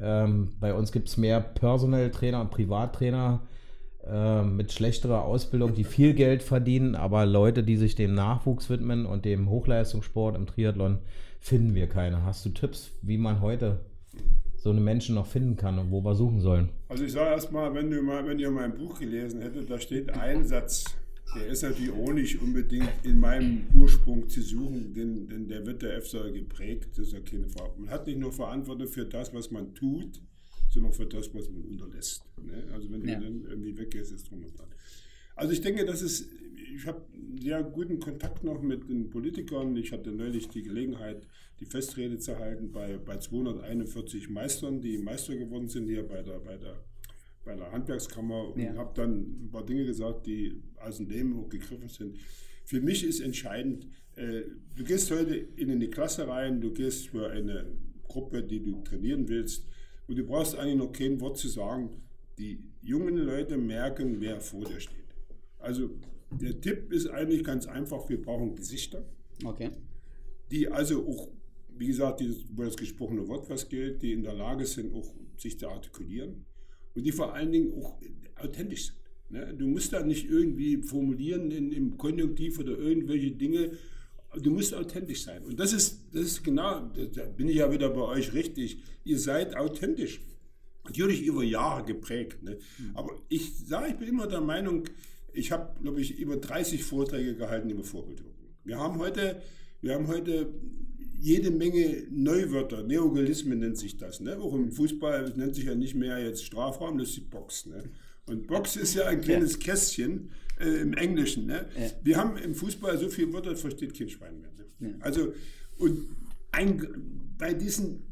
Ähm, bei uns gibt es mehr Personal-Trainer und Privattrainer äh, mit schlechterer Ausbildung, die viel Geld verdienen, aber Leute, die sich dem Nachwuchs widmen und dem Hochleistungssport im Triathlon, finden wir keine. Hast du Tipps, wie man heute so eine Menschen noch finden kann und wo wir suchen sollen? Also ich sage erstmal, wenn du mal, wenn ihr mein Buch gelesen hättet, da steht ein Satz, der ist natürlich auch nicht unbedingt in meinem Ursprung zu suchen, denn, denn der wird der öfter geprägt, das ist ja keine Frage. Man hat nicht nur Verantwortung für das, was man tut, sondern auch für das, was man unterlässt. Ne? Also wenn ja. du dann irgendwie weggehst, ist drum und dran. Also ich denke, das ist, ich habe sehr guten Kontakt noch mit den Politikern. Ich hatte neulich die Gelegenheit, die Festrede zu halten bei, bei zweihunderteinundvierzig Meistern, die Meister geworden sind hier bei der, bei der, bei der Handwerkskammer und ja. habe dann ein paar Dinge gesagt, die aus dem Leben auch gegriffen sind. Für mich ist entscheidend, äh, du gehst heute in eine Klasse rein, du gehst für eine Gruppe, die du trainieren willst und du brauchst eigentlich noch kein Wort zu sagen. Die jungen Leute merken, wer vor dir steht. Also der Tipp ist eigentlich ganz einfach, wir brauchen Gesichter, okay. die also auch, wie gesagt, die, wo das gesprochene Wort was gilt, die in der Lage sind, auch sich zu artikulieren und die vor allen Dingen auch authentisch sind. Ne? Du musst da nicht irgendwie formulieren in, im Konjunktiv oder irgendwelche Dinge, du musst authentisch sein. Und das ist, das ist genau, da bin ich ja wieder bei euch richtig, ihr seid authentisch. Natürlich über Jahre geprägt. Ne? Aber ich sage, ich bin immer der Meinung, ich habe, glaube ich, über dreißig Vorträge gehalten über Vorbildwirkung. Wir haben heute, wir haben heute jede Menge Neuwörter, Neologismen nennt sich das. Ne? Auch im Fußball, das nennt sich ja nicht mehr jetzt Strafraum, das ist die Box. Ne? Und Box ist ja ein kleines ja. Kästchen äh, im Englischen. Ne? Ja. Wir haben im Fußball so viele Wörter, das versteht kein Schwein mehr. Ne? Ja. Also, und ein, bei diesen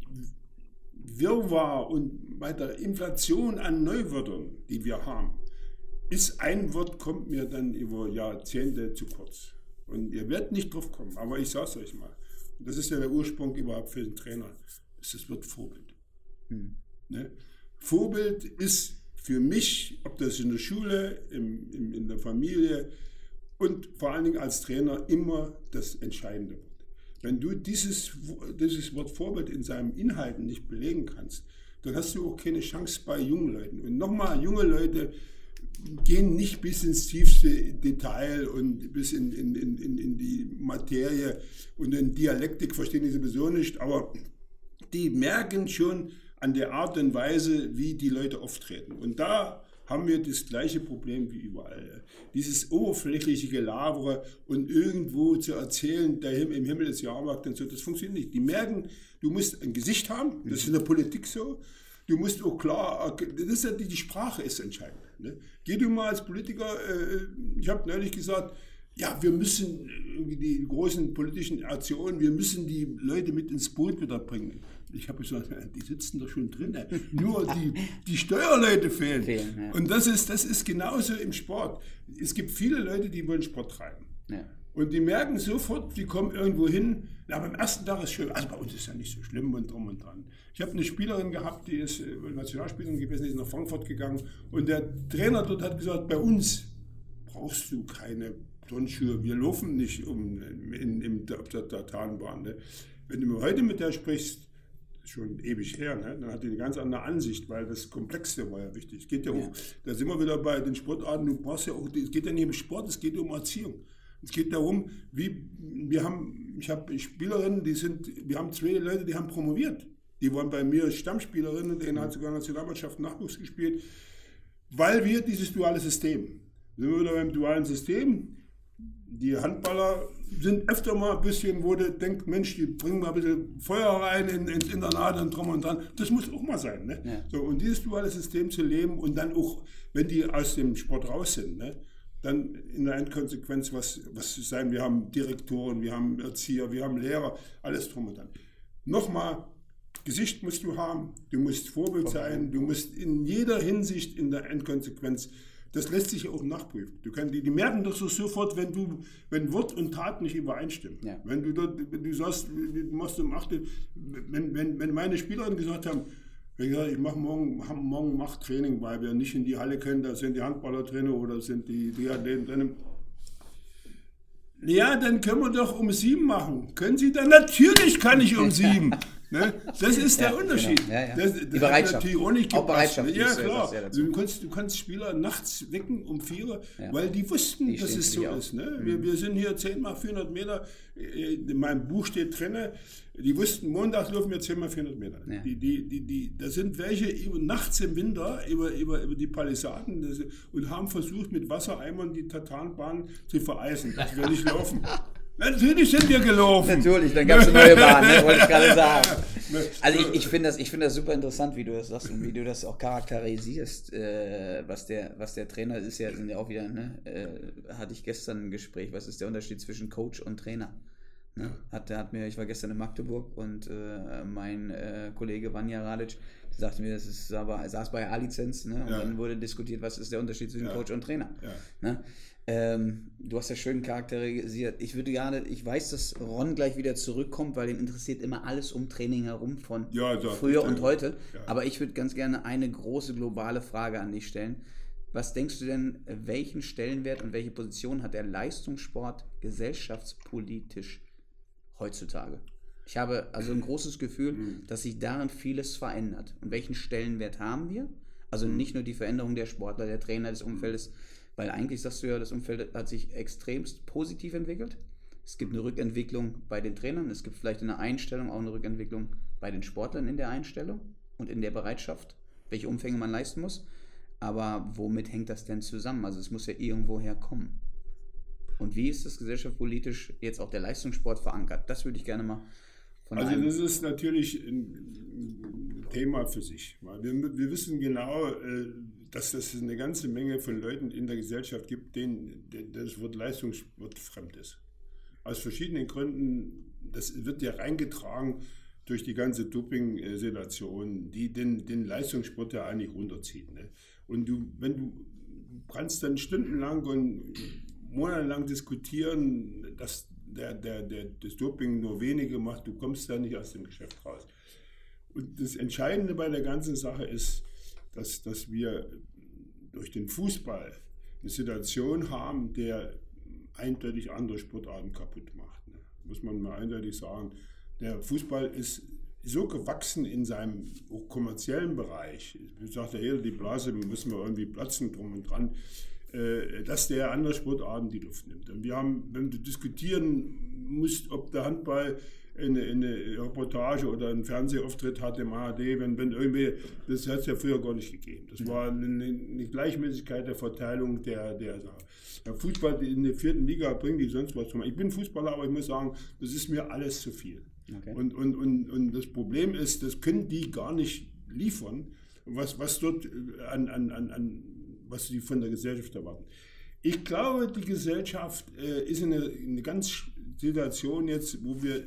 Wirrwarr und bei der Inflation an Neuwörtern, die wir haben, ist ein Wort, kommt mir dann über Jahrzehnte zu kurz. Und ihr werdet nicht drauf kommen, aber ich sage es euch mal. Und das ist ja der Ursprung überhaupt für den Trainer. Das ist das Wort Vorbild. Hm. Ne? Vorbild ist für mich, ob das in der Schule, im, im, in der Familie und vor allen Dingen als Trainer immer das entscheidende Wort. Wenn du dieses, dieses Wort Vorbild in seinen Inhalten nicht belegen kannst, dann hast du auch keine Chance bei jungen Leuten. Und nochmal, junge Leute gehen nicht bis ins tiefste Detail und bis in, in, in, in die Materie und in Dialektik verstehen die sowieso nicht, aber die merken schon an der Art und Weise, wie die Leute auftreten. Und da haben wir das gleiche Problem wie überall. Dieses oberflächliche Gelabere und irgendwo zu erzählen, der Himmel, im Himmel ist Jahrmarkt und so, das funktioniert nicht. Die merken, du musst ein Gesicht haben, das ist in der Politik so. Du musst auch klar, das ist ja die, die Sprache ist entscheidend. Ne? Geh du mal als Politiker, äh, ich habe neulich gesagt, ja, wir müssen die großen politischen Aktionen, wir müssen die Leute mit ins Boot wieder bringen. Ich habe gesagt, die sitzen doch schon drin, nur die, die Steuerleute fehlen. fehlen ja. Und das ist, das ist genauso im Sport. Es gibt viele Leute, die wollen Sport treiben. Ja. Und die merken sofort, die kommen irgendwo hin, aber am ersten Tag ist schön, also bei uns ist ja nicht so schlimm und drum und dran. Ich habe eine Spielerin gehabt, die ist Nationalspielerin gewesen, die ist nach Frankfurt gegangen und der Trainer dort hat gesagt, bei uns brauchst du keine Turnschuhe, wir laufen nicht um in, in, auf der Tartanbahn. Ne? Wenn du heute mit der sprichst, schon ewig her, ne? Dann hat die eine ganz andere Ansicht, weil das Komplexe war ja wichtig. Es geht ja, ja. auch, da sind wir wieder bei den Sportarten, du brauchst ja auch, es geht ja nicht um Sport, es geht um Erziehung. Es geht darum, wie, wir haben, ich habe Spielerinnen, die sind, wir haben zwei Leute, die haben promoviert. Die waren bei mir Stammspielerinnen, denen hat sogar Nationalmannschaft Nachwuchs gespielt, weil wir dieses duale System, sind wir wieder beim dualen System, die Handballer sind öfter mal ein bisschen, wo du denkst, Mensch, die bringen mal ein bisschen Feuer rein in, ins Internat und drum und dran. Das muss auch mal sein. Ne? Ja. So, und dieses duale System zu leben und dann auch, wenn die aus dem Sport raus sind, ne, dann in der Endkonsequenz was, was zu sein. Wir haben Direktoren, wir haben Erzieher, wir haben Lehrer, alles drum und dran. Nochmal, Gesicht musst du haben, du musst Vorbild sein, du musst in jeder Hinsicht in der Endkonsequenz, das lässt sich auch nachprüfen. Du kannst, die, die merken doch so sofort, wenn du, wenn Wort und Tat nicht übereinstimmen. Ja. Wenn du dort, wenn du sagst, du machst um acht, wenn, wenn, wenn meine Spielerinnen gesagt haben, ich mache morgen, morgen Machttraining, weil wir nicht in die Halle können, da sind die Handballer drin oder sind die Triathleten drin. Ja, dann können wir doch um sieben machen. Können Sie dann? Natürlich kann ich um sieben. Ne? Das ist der ja, Unterschied. Genau. Ja, ja. Das, das die Bereitschaft. Hat natürlich auch nicht auch Bereitschaft. Ja, klar. Ja du, kannst, du kannst Spieler nachts wecken um vier, ja. weil die wussten, die dass es so auch. ist. Ne? Mhm. Wir, wir sind hier zehn mal vierhundert Meter. In meinem Buch steht drin, die wussten, montags laufen wir zehn mal vierhundert Meter. Ja. Die, die, die, die, da sind welche über, nachts im Winter über, über, über die Palisaden das, und haben versucht, mit Wassereimern die Tatanbahn zu vereisen, dass wir nicht laufen. Natürlich sind wir gelaufen. Natürlich, dann gab es eine neue Bahn, ne? Wollte ich gerade sagen. Also ich, ich finde das, ich find das super interessant, wie du das sagst und wie du das auch charakterisierst, äh, was, der, was der Trainer ist. Ja, sind ja auch wieder, ne? äh, hatte ich gestern ein Gespräch, was ist der Unterschied zwischen Coach und Trainer? Ne? Hat, hat mir, ich war gestern in Magdeburg und äh, mein äh, Kollege Vanja Radic sagte mir, das ist aber, saß bei A-Lizenz, ne? Und ja. dann wurde diskutiert, was ist der Unterschied zwischen ja. Coach und Trainer. Ja. Ne? Ähm, du hast ja schön charakterisiert. Ich würde gerne, ich weiß, dass Ron gleich wieder zurückkommt, weil ihn interessiert immer alles um Training herum von ja, doch, früher und heute. Ja. Aber ich würde ganz gerne eine große globale Frage an dich stellen. Was denkst du denn, welchen Stellenwert und welche Position hat der Leistungssport gesellschaftspolitisch heutzutage? Ich habe also ein großes Gefühl, mhm. dass sich darin vieles verändert. Und welchen Stellenwert haben wir? Also mhm. nicht nur die Veränderung der Sportler, der Trainer, des Umfeldes, weil eigentlich sagst du ja, das Umfeld hat sich extremst positiv entwickelt. Es gibt eine Rückentwicklung bei den Trainern, es gibt vielleicht in der Einstellung auch eine Rückentwicklung bei den Sportlern in der Einstellung und in der Bereitschaft, welche Umfänge man leisten muss. Aber womit hängt das denn zusammen? Also es muss ja irgendwo herkommen. Und wie ist das gesellschaftspolitisch jetzt auch der Leistungssport verankert? Das würde ich gerne mal von Also einem... das ist natürlich ein Thema für sich. Wir, wir wissen genau, dass es eine ganze Menge von Leuten in der Gesellschaft gibt, denen das Wort Leistungssport fremd ist. Aus verschiedenen Gründen, das wird ja reingetragen durch die ganze Doping-Situation, die den, den Leistungssport ja eigentlich runterzieht. Ne? Und du, wenn du kannst dann stundenlang und monatelang diskutieren, dass der, der, der, das Doping nur wenige macht, du kommst da nicht aus dem Geschäft raus. Und das Entscheidende bei der ganzen Sache ist, dass, dass wir durch den Fußball eine Situation haben, der eindeutig andere Sportarten kaputt macht. Ne? Muss man mal eindeutig sagen. Der Fußball ist so gewachsen in seinem auch kommerziellen Bereich, wie sagt ja jeder, die Blase müssen wir irgendwie platzen drum und dran, äh, dass der andere Sportarten die Luft nimmt. Und wir haben, wenn du diskutieren musst, ob der Handball eine, eine Reportage oder einen Fernsehauftritt hat im A R D, wenn, wenn irgendwie, das hat es ja früher gar nicht gegeben. Das war eine, eine Gleichmäßigkeit der Verteilung der, der Sache. Der Fußball in der vierten Liga bringt die sonst was. Ich bin Fußballer, aber ich muss sagen, das ist mir alles zu viel. Okay. Und, und, und, und das Problem ist, das können die gar nicht liefern, was, was dort an, an, an, an, was sie von der Gesellschaft erwarten. Ich glaube, die Gesellschaft äh, ist in einer eine ganz Situation jetzt, wo wir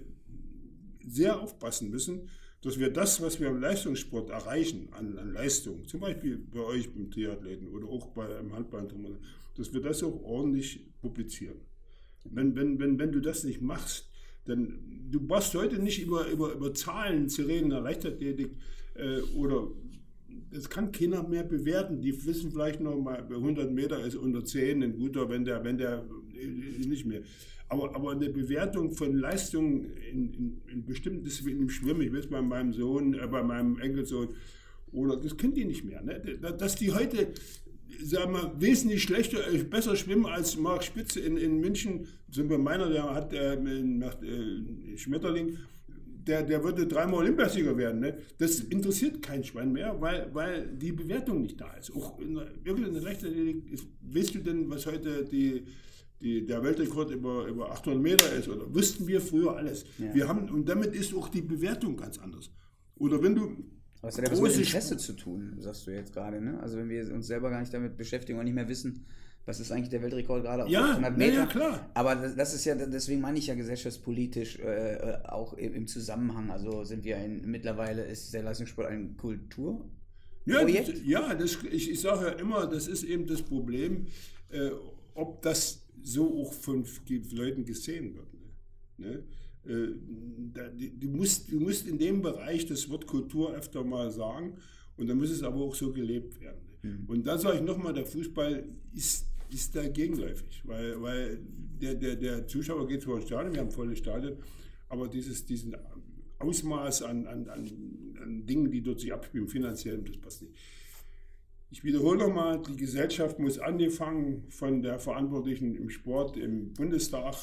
sehr aufpassen müssen, dass wir das, was wir im Leistungssport erreichen, an, an Leistung, zum Beispiel bei euch beim Triathleten oder auch beim Handball, dass wir das auch ordentlich publizieren. Wenn, wenn, wenn, wenn du das nicht machst, dann du brauchst heute nicht über, über, über Zahlen zu reden in der Leichtathletik äh, oder das kann keiner mehr bewerten. Die wissen vielleicht noch mal, bei hundert Meter ist unter zehn ein guter, wenn der, wenn der nicht mehr. Aber, aber eine Bewertung von Leistungen in, in, in bestimmten Disziplinen im Schwimmen, ich weiß bei meinem Sohn, äh, bei meinem Enkelsohn, oder das können die nicht mehr. Ne? Dass die heute, sagen wir, wesentlich schlechter, äh, besser schwimmen als Marc Spitze in, in München, sind bei meiner, der hat äh, macht, äh, Schmetterling, der, der würde dreimal Olympiasieger werden. Ne? Das interessiert kein Schwein mehr, weil, weil die Bewertung nicht da ist. Auch in, wirklich in der Leichtathletik, weißt du denn, was heute die Die, der Weltrekord über, über achthundert Meter ist, oder wussten wir früher alles. Ja. Wir haben, und damit ist auch die Bewertung ganz anders. Oder wenn du... Was hat ja was mit Interesse zu tun, sagst du jetzt gerade, ne? Also wenn wir uns selber gar nicht damit beschäftigen und nicht mehr wissen, was ist eigentlich der Weltrekord gerade auf ja, achthundert Meter. Ja, klar. Aber das ist ja, deswegen meine ich ja gesellschaftspolitisch äh, auch im, im Zusammenhang. Also sind wir ein, mittlerweile ist der Leistungssport ein Kultur? Ja, das, ja das, ich, ich sage ja immer, das ist eben das Problem, äh, ob das so auch von Leuten gesehen wird. Ne? Äh, da, du, musst, du musst in dem Bereich das Wort Kultur öfter mal sagen und dann muss es aber auch so gelebt werden. Ne? Mhm. Und da sage ich nochmal, der Fußball ist, ist da gegenläufig, weil, weil der, der, der Zuschauer geht zwar ins Stadion, wir haben volle Stadion, aber dieses, diesen Ausmaß an, an, an, an Dingen, die dort sich abspielen, finanziell, das passt nicht. Ich wiederhole nochmal, die Gesellschaft muss angefangen von der Verantwortlichen im Sport, im Bundestag,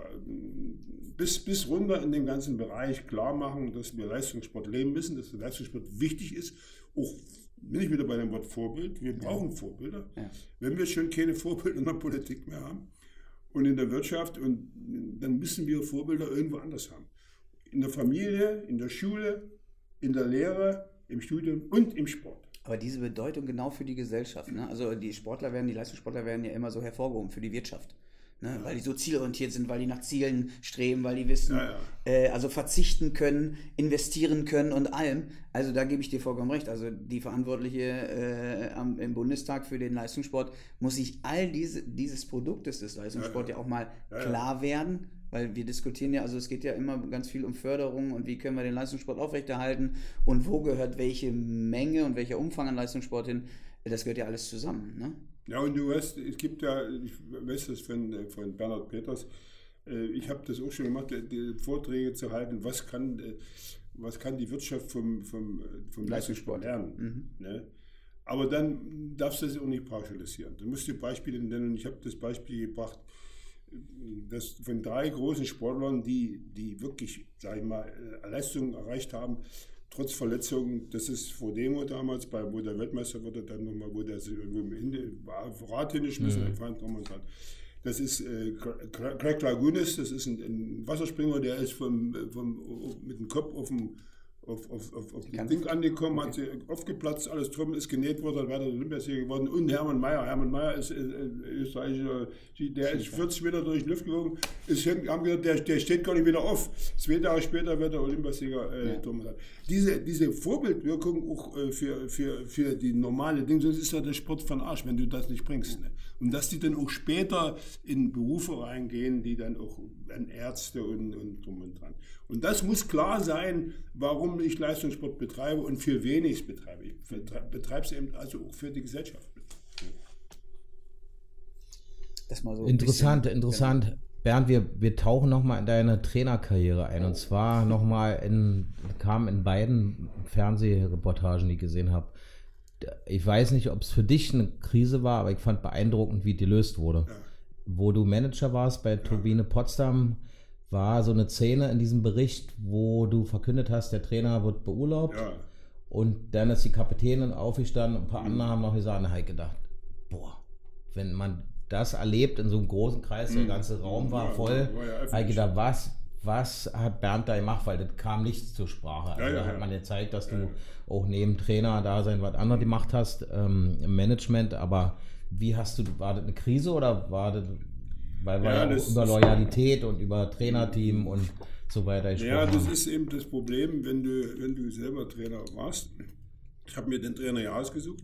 bis, bis runter in den ganzen Bereich klar machen, dass wir Leistungssport leben müssen, dass der Leistungssport wichtig ist. Auch bin ich wieder bei dem Wort Vorbild. Wir brauchen ja. Vorbilder. Ja. Wenn wir schon keine Vorbilder in der Politik mehr haben und in der Wirtschaft, und dann müssen wir Vorbilder irgendwo anders haben. In der Familie, in der Schule, in der Lehre, im Studium und im Sport. Aber diese Bedeutung genau für die Gesellschaft, ne? Also die Sportler werden, die Leistungssportler werden ja immer so hervorgehoben für die Wirtschaft. Ne? Ja. Weil die so zielorientiert sind, weil die nach Zielen streben, weil die wissen, ja, ja. Äh, also verzichten können, investieren können und allem. Also da gebe ich dir vollkommen recht. Also die Verantwortliche äh, am, im Bundestag für den Leistungssport muss sich all diese, dieses Produktes des Leistungssports ja, ja. ja auch mal ja, ja. klar werden. Weil wir diskutieren ja, also es geht ja immer ganz viel um Förderung und wie können wir den Leistungssport aufrechterhalten und wo gehört welche Menge und welcher Umfang an Leistungssport hin. Das gehört ja alles zusammen, ne? Ja, und du weißt, es gibt ja, ich weiß das von, von Bernhard Peters, ich habe das auch schon gemacht, die Vorträge zu halten, was kann, was kann die Wirtschaft vom, vom, vom Leistungssport lernen. Mhm. Ne? Aber dann darfst du das auch nicht pauschalisieren. Du musst dir Beispiele nennen, und ich habe das Beispiel gebracht, dass von drei großen Sportlern, die, die wirklich, sag ich mal, Leistungen erreicht haben, trotz Verletzungen, das ist Frodeno damals, bei, wo der Weltmeister wurde, dann nochmal, wo der sich irgendwo im Rad hingeschmissen mhm. hat. Das ist äh, Craig Lagunis, das ist ein, ein Wasserspringer, der ist vom, vom, mit dem Kopf auf dem auf, auf, auf, auf das Ding angekommen, okay. hat sie aufgeplatzt, alles drum ist genäht worden, dann wäre der Olympiasieger geworden. Und Hermann Mayer, Hermann Mayer ist österreichischer, der ist vierzig Meter durch die Luft geflogen, ist hin, haben gesagt, der, der steht gar nicht wieder auf. Zwei Tage später wird der Olympiasieger äh, ja. Diese, diese Vorbildwirkung auch äh, für, für, für die normale Dinge, sonst ist ja der Sport von Arsch, wenn du das nicht bringst. Ne? Und dass die dann auch später in Berufe reingehen, die dann auch an Ärzte und, und drum und dran. Und das muss klar sein, warum ich Leistungssport betreibe und für wen ich es betreibe. Ich betreibe es eben also auch für die Gesellschaft. Das mal so interessant, bisschen, interessant. Genau. Bernd, wir, wir tauchen nochmal in deine Trainerkarriere ein. Und zwar nochmal in, kam in beiden Fernsehreportagen, die ich gesehen habe. Ich weiß nicht, ob es für dich eine Krise war, aber ich fand beeindruckend, wie die gelöst wurde. Ja. Wo du Manager warst bei ja. Turbine Potsdam, war so eine Szene in diesem Bericht, wo du verkündet hast, der Trainer wird beurlaubt. Ja. Und dann ist die Kapitänin aufgestanden und ein paar mhm. andere haben noch gesagt, na, ich gedacht, boah, wenn man das erlebt in so einem großen Kreis, mhm. der ganze Raum war ja, voll, ja, habe ich gedacht, was, was hat Bernd da gemacht, weil das kam nichts zur Sprache. Also ja, ja, da hat man ja gezeigt, dass ja, du ja. auch neben Trainer da sein, was anderes gemacht hast, ähm, im Management, aber wie hast du, war das eine Krise oder war das, weil wir ja, ja über Loyalität und über Trainerteam und so weiter gesprochen Ja, das haben. Ist eben das Problem, wenn du, wenn du selber Trainer warst. Ich habe mir den Trainer ja ausgesucht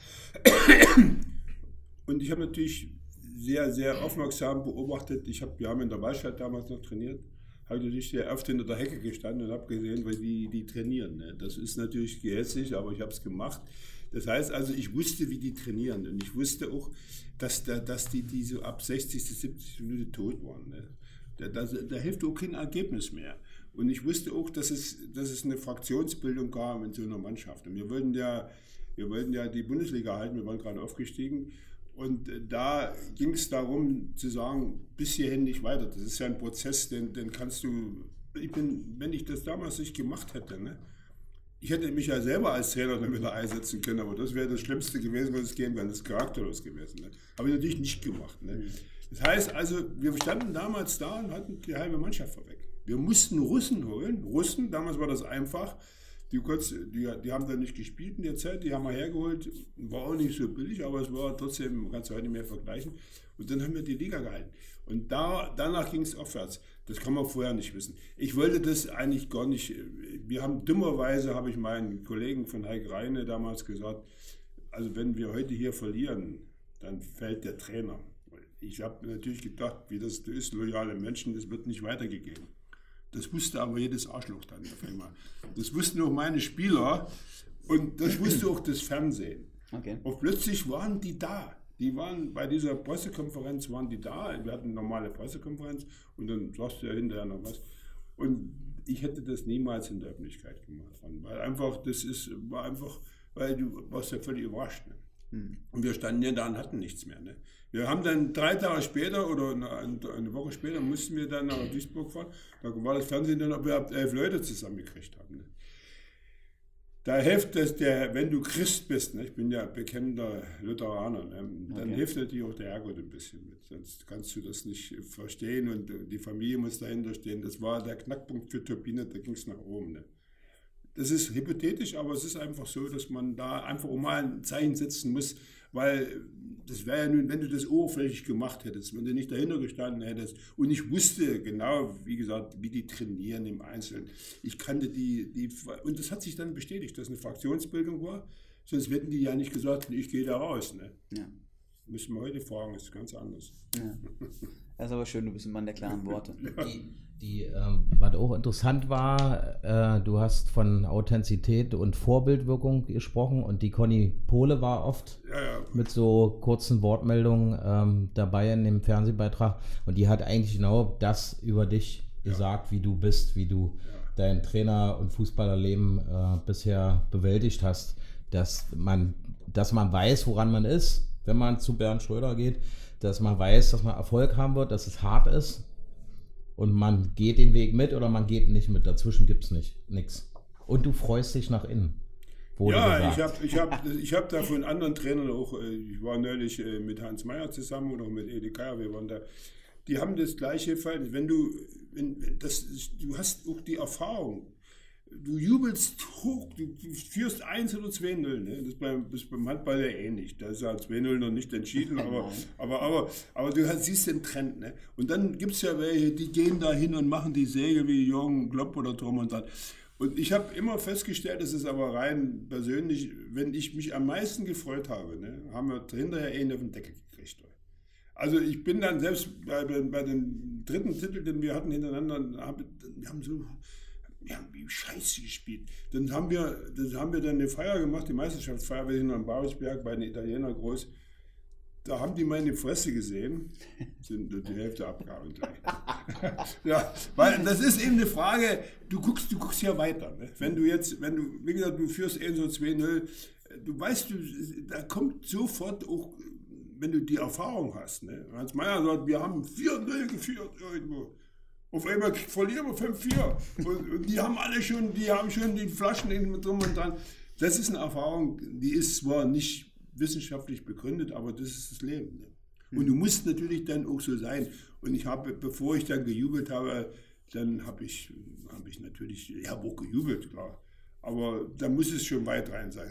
und ich habe natürlich sehr, sehr aufmerksam beobachtet. Ich hab, wir haben in der Waldstadt damals noch trainiert, habe natürlich sehr oft hinter der Hecke gestanden und habe gesehen, weil die, die trainieren. Ne? Das ist natürlich gehässig, aber ich habe es gemacht. Das heißt also, ich wusste, wie die trainieren und ich wusste auch, dass, da, dass die, die so ab sechzig bis siebzig Minuten tot waren. Ne? Da, da, da hilft auch kein Ergebnis mehr. Und ich wusste auch, dass es, dass es eine Fraktionsbildung gab in so einer Mannschaft. Und wir wollten ja, wir wollten ja die Bundesliga halten, wir waren gerade aufgestiegen. Und da ging es darum zu sagen, bis hierhin nicht weiter. Das ist ja ein Prozess, den, den kannst du, ich bin, wenn ich das damals nicht gemacht hätte, ne? Ich hätte mich ja selber als Trainer dann wieder einsetzen können, aber das wäre das Schlimmste gewesen, was es geben kann, das ist charakterlos gewesen. Ne? Habe ich natürlich nicht gemacht. Ne? Das heißt also, wir standen damals da und hatten die halbe Mannschaft vorweg. Wir mussten Russen holen, Russen, damals war das einfach, die, die, die haben dann nicht gespielt in der Zeit, die haben wir hergeholt, war auch nicht so billig, aber es war trotzdem, man kann es heute nicht mehr vergleichen. Und dann haben wir die Liga gehalten. Und da, danach ging es aufwärts. Das kann man vorher nicht wissen. Ich wollte das eigentlich gar nicht, wir haben dummerweise, habe ich meinen Kollegen von Heike Reine damals gesagt, also wenn wir heute hier verlieren, dann fällt der Trainer. Ich habe natürlich gedacht, wie das ist, loyale Menschen, das wird nicht weitergegeben. Das wusste aber jedes Arschloch dann auf einmal. Das wussten auch meine Spieler und das wusste auch das Fernsehen. Okay. Und plötzlich waren die da. Die waren bei dieser Pressekonferenz, waren die da. Wir hatten eine normale Pressekonferenz und dann sagst du ja hinterher noch was. Und ich hätte das niemals in der Öffentlichkeit gemacht, weil einfach, das ist, war einfach, weil du warst ja völlig überrascht. Ne? Hm. Und wir standen ja da und hatten nichts mehr. Ne? Wir haben dann drei Tage später oder eine, eine Woche später mussten wir dann nach Duisburg fahren. Da war das Fernsehen dann, ob wir elf Leute zusammengekriegt haben. Ne? Da hilft es, der, wenn du Christ bist, ne? Ich bin ja bekennender Lutheraner, ne? Dann okay. hilft natürlich auch der Herrgott ein bisschen mit. Sonst kannst du das nicht verstehen und die Familie muss dahinter stehen. Das war der Knackpunkt für Turbine, da ging es nach oben. Ne? Das ist hypothetisch, aber es ist einfach so, dass man da einfach auch mal ein Zeichen setzen muss, weil das wäre ja nun, wenn du das oberflächlich gemacht hättest, wenn du nicht dahinter gestanden hättest und ich wusste genau, wie gesagt, wie die trainieren im Einzelnen. Ich kannte die, die und das hat sich dann bestätigt, dass eine Fraktionsbildung war, sonst hätten die ja nicht gesagt, ich gehe da raus. Ne? Ja. Müssen wir heute fragen, das ist ganz anders. Ja. Das ist aber schön, du bist ein Mann der klaren Worte. Ja. Die, die, ähm, was auch interessant war, äh, du hast von Authentizität und Vorbildwirkung gesprochen und die Conny Pohle war oft ja, ja. mit so kurzen Wortmeldungen ähm, dabei in dem Fernsehbeitrag und die hat eigentlich genau das über dich ja. gesagt, wie du bist, wie du ja. dein Trainer- und Fußballerleben äh, bisher bewältigt hast, dass man, dass man weiß, woran man ist, wenn man zu Bernd Schröder geht, dass man weiß, dass man Erfolg haben wird, dass es hart ist. Und man geht den Weg mit oder man geht nicht mit. Dazwischen gibt es nicht, nichts. Und du freust dich nach innen. Ja, ich habe ich hab, ich hab da von anderen Trainern auch, ich war neulich mit Hans Meyer zusammen oder mit Ede Geier, wir waren da, die haben das gleiche Fall. Wenn du, wenn, das, du hast auch die Erfahrung, du jubelst hoch, du, du führst eins oder zwei null, ne? Das ist beim, das ist beim Handball ja ähnlich. Da ist ja zwei null noch nicht entschieden, aber, aber, aber, aber du hast, siehst den Trend. Ne? Und dann gibt es ja welche, die gehen da hin und machen die Säge wie Jürgen Klopp oder Drum und dran. Und ich habe immer festgestellt, das ist aber rein persönlich, wenn ich mich am meisten gefreut habe, ne, haben wir hinterher einen auf den Deckel gekriegt. Also ich bin dann selbst bei, bei dem dritten Titel, den wir hatten hintereinander, hab, wir haben so... Wir haben wie Scheiße gespielt. Dann haben wir, dann haben wir dann eine Feier gemacht, die Meisterschaftsfeier, wir sind am Babelsberg bei den Italienern groß. Da haben die meine Fresse gesehen, sind die Hälfte abgehauen. Ja, weil das ist eben eine Frage, du guckst, du guckst ja weiter. Ne? Wenn du jetzt, wenn du, wie gesagt, du führst eins so zwei null, du weißt, du, da kommt sofort auch, wenn du die Erfahrung hast. Ne? Hans Meyer sagt, wir haben vier null geführt irgendwo. Auf einmal verlieren wir fünf vier. Und, und die haben alle schon, die haben schon die Flaschen drum und dran. Das ist eine Erfahrung, die ist zwar nicht wissenschaftlich begründet, aber das ist das Leben. Ne? Und du musst natürlich dann auch so sein. Und ich habe, bevor ich dann gejubelt habe, dann habe ich, hab ich natürlich, ich habe auch gejubelt, klar. Aber da muss es schon weit rein sein.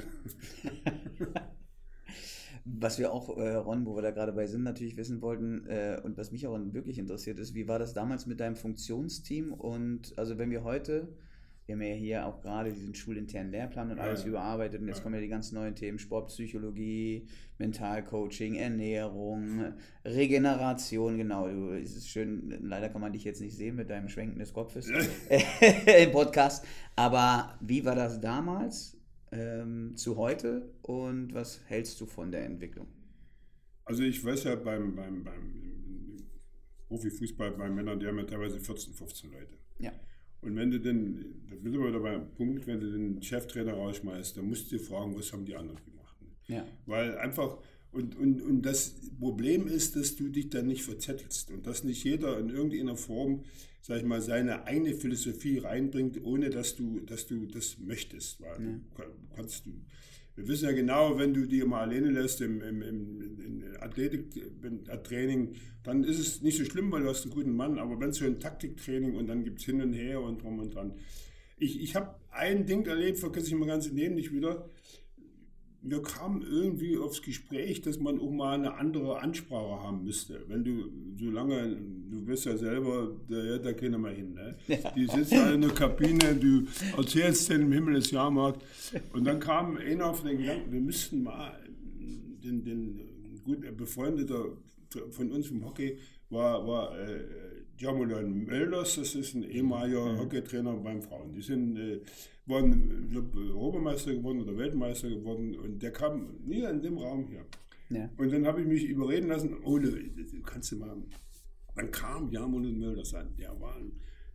Was wir auch, äh, Ron, wo wir da gerade bei sind, natürlich wissen wollten äh, und was mich auch wirklich interessiert ist, wie war das damals mit deinem Funktionsteam? Und also wenn wir heute, wir haben ja hier auch gerade diesen schulinternen Lehrplan und alles ja. überarbeitet und jetzt ja. kommen ja die ganzen neuen Themen, Sportpsychologie, Mentalcoaching, Ernährung, Regeneration, genau, du, es ist schön, leider kann man dich jetzt nicht sehen mit deinem Schwenken des Kopfes im Podcast, aber wie war das damals? Ähm, zu heute und was hältst du von der Entwicklung? Also ich weiß ja beim, beim, beim Profifußball bei Männern, die haben ja teilweise vierzehn, fünfzehn Leute. Ja. Und wenn du den, da bin ich wieder beim Punkt, wenn du den Cheftrainer rausschmeißt, dann musst du dir fragen, was haben die anderen gemacht. Ja. Weil einfach, und, und, und das Problem ist, dass du dich dann nicht verzettelst und dass nicht jeder in irgendeiner Form, sag ich mal, seine eigene Philosophie reinbringt, ohne dass du, dass du das möchtest. Weil ja. du kannst du, wir wissen ja genau, wenn du die mal alleine lässt im, im, im, im Athletiktraining, dann ist es nicht so schlimm, weil du hast einen guten Mann, aber wenn es so ein Taktiktraining und dann gibt es hin und her und drum und dran. Ich, ich habe ein Ding erlebt, vergesse ich mein ganzes Leben nicht wieder. Wir kamen irgendwie aufs Gespräch, dass man auch mal eine andere Ansprache haben müsste. Wenn du so lange, du bist ja selber, da hört da keiner mehr hin. Ne? Ja. Die sitzen alle in der Kabine, du erzählst denen im Himmel des Jahrmarkt. Und dann kam einer auf den Gedanken, wir müssten mal den, den gut befreundeter von uns vom Hockey war, war äh, Jamulan Mölders, das ist ein ehemaliger mhm. Hockeytrainer beim Frauen. Die sind äh, waren Europameister geworden oder Weltmeister geworden und der kam nie in dem Raum hier. Ja. Und dann habe ich mich überreden lassen, oh, du kannst du mal. Dann kam Jamulan Mölders an, der war ein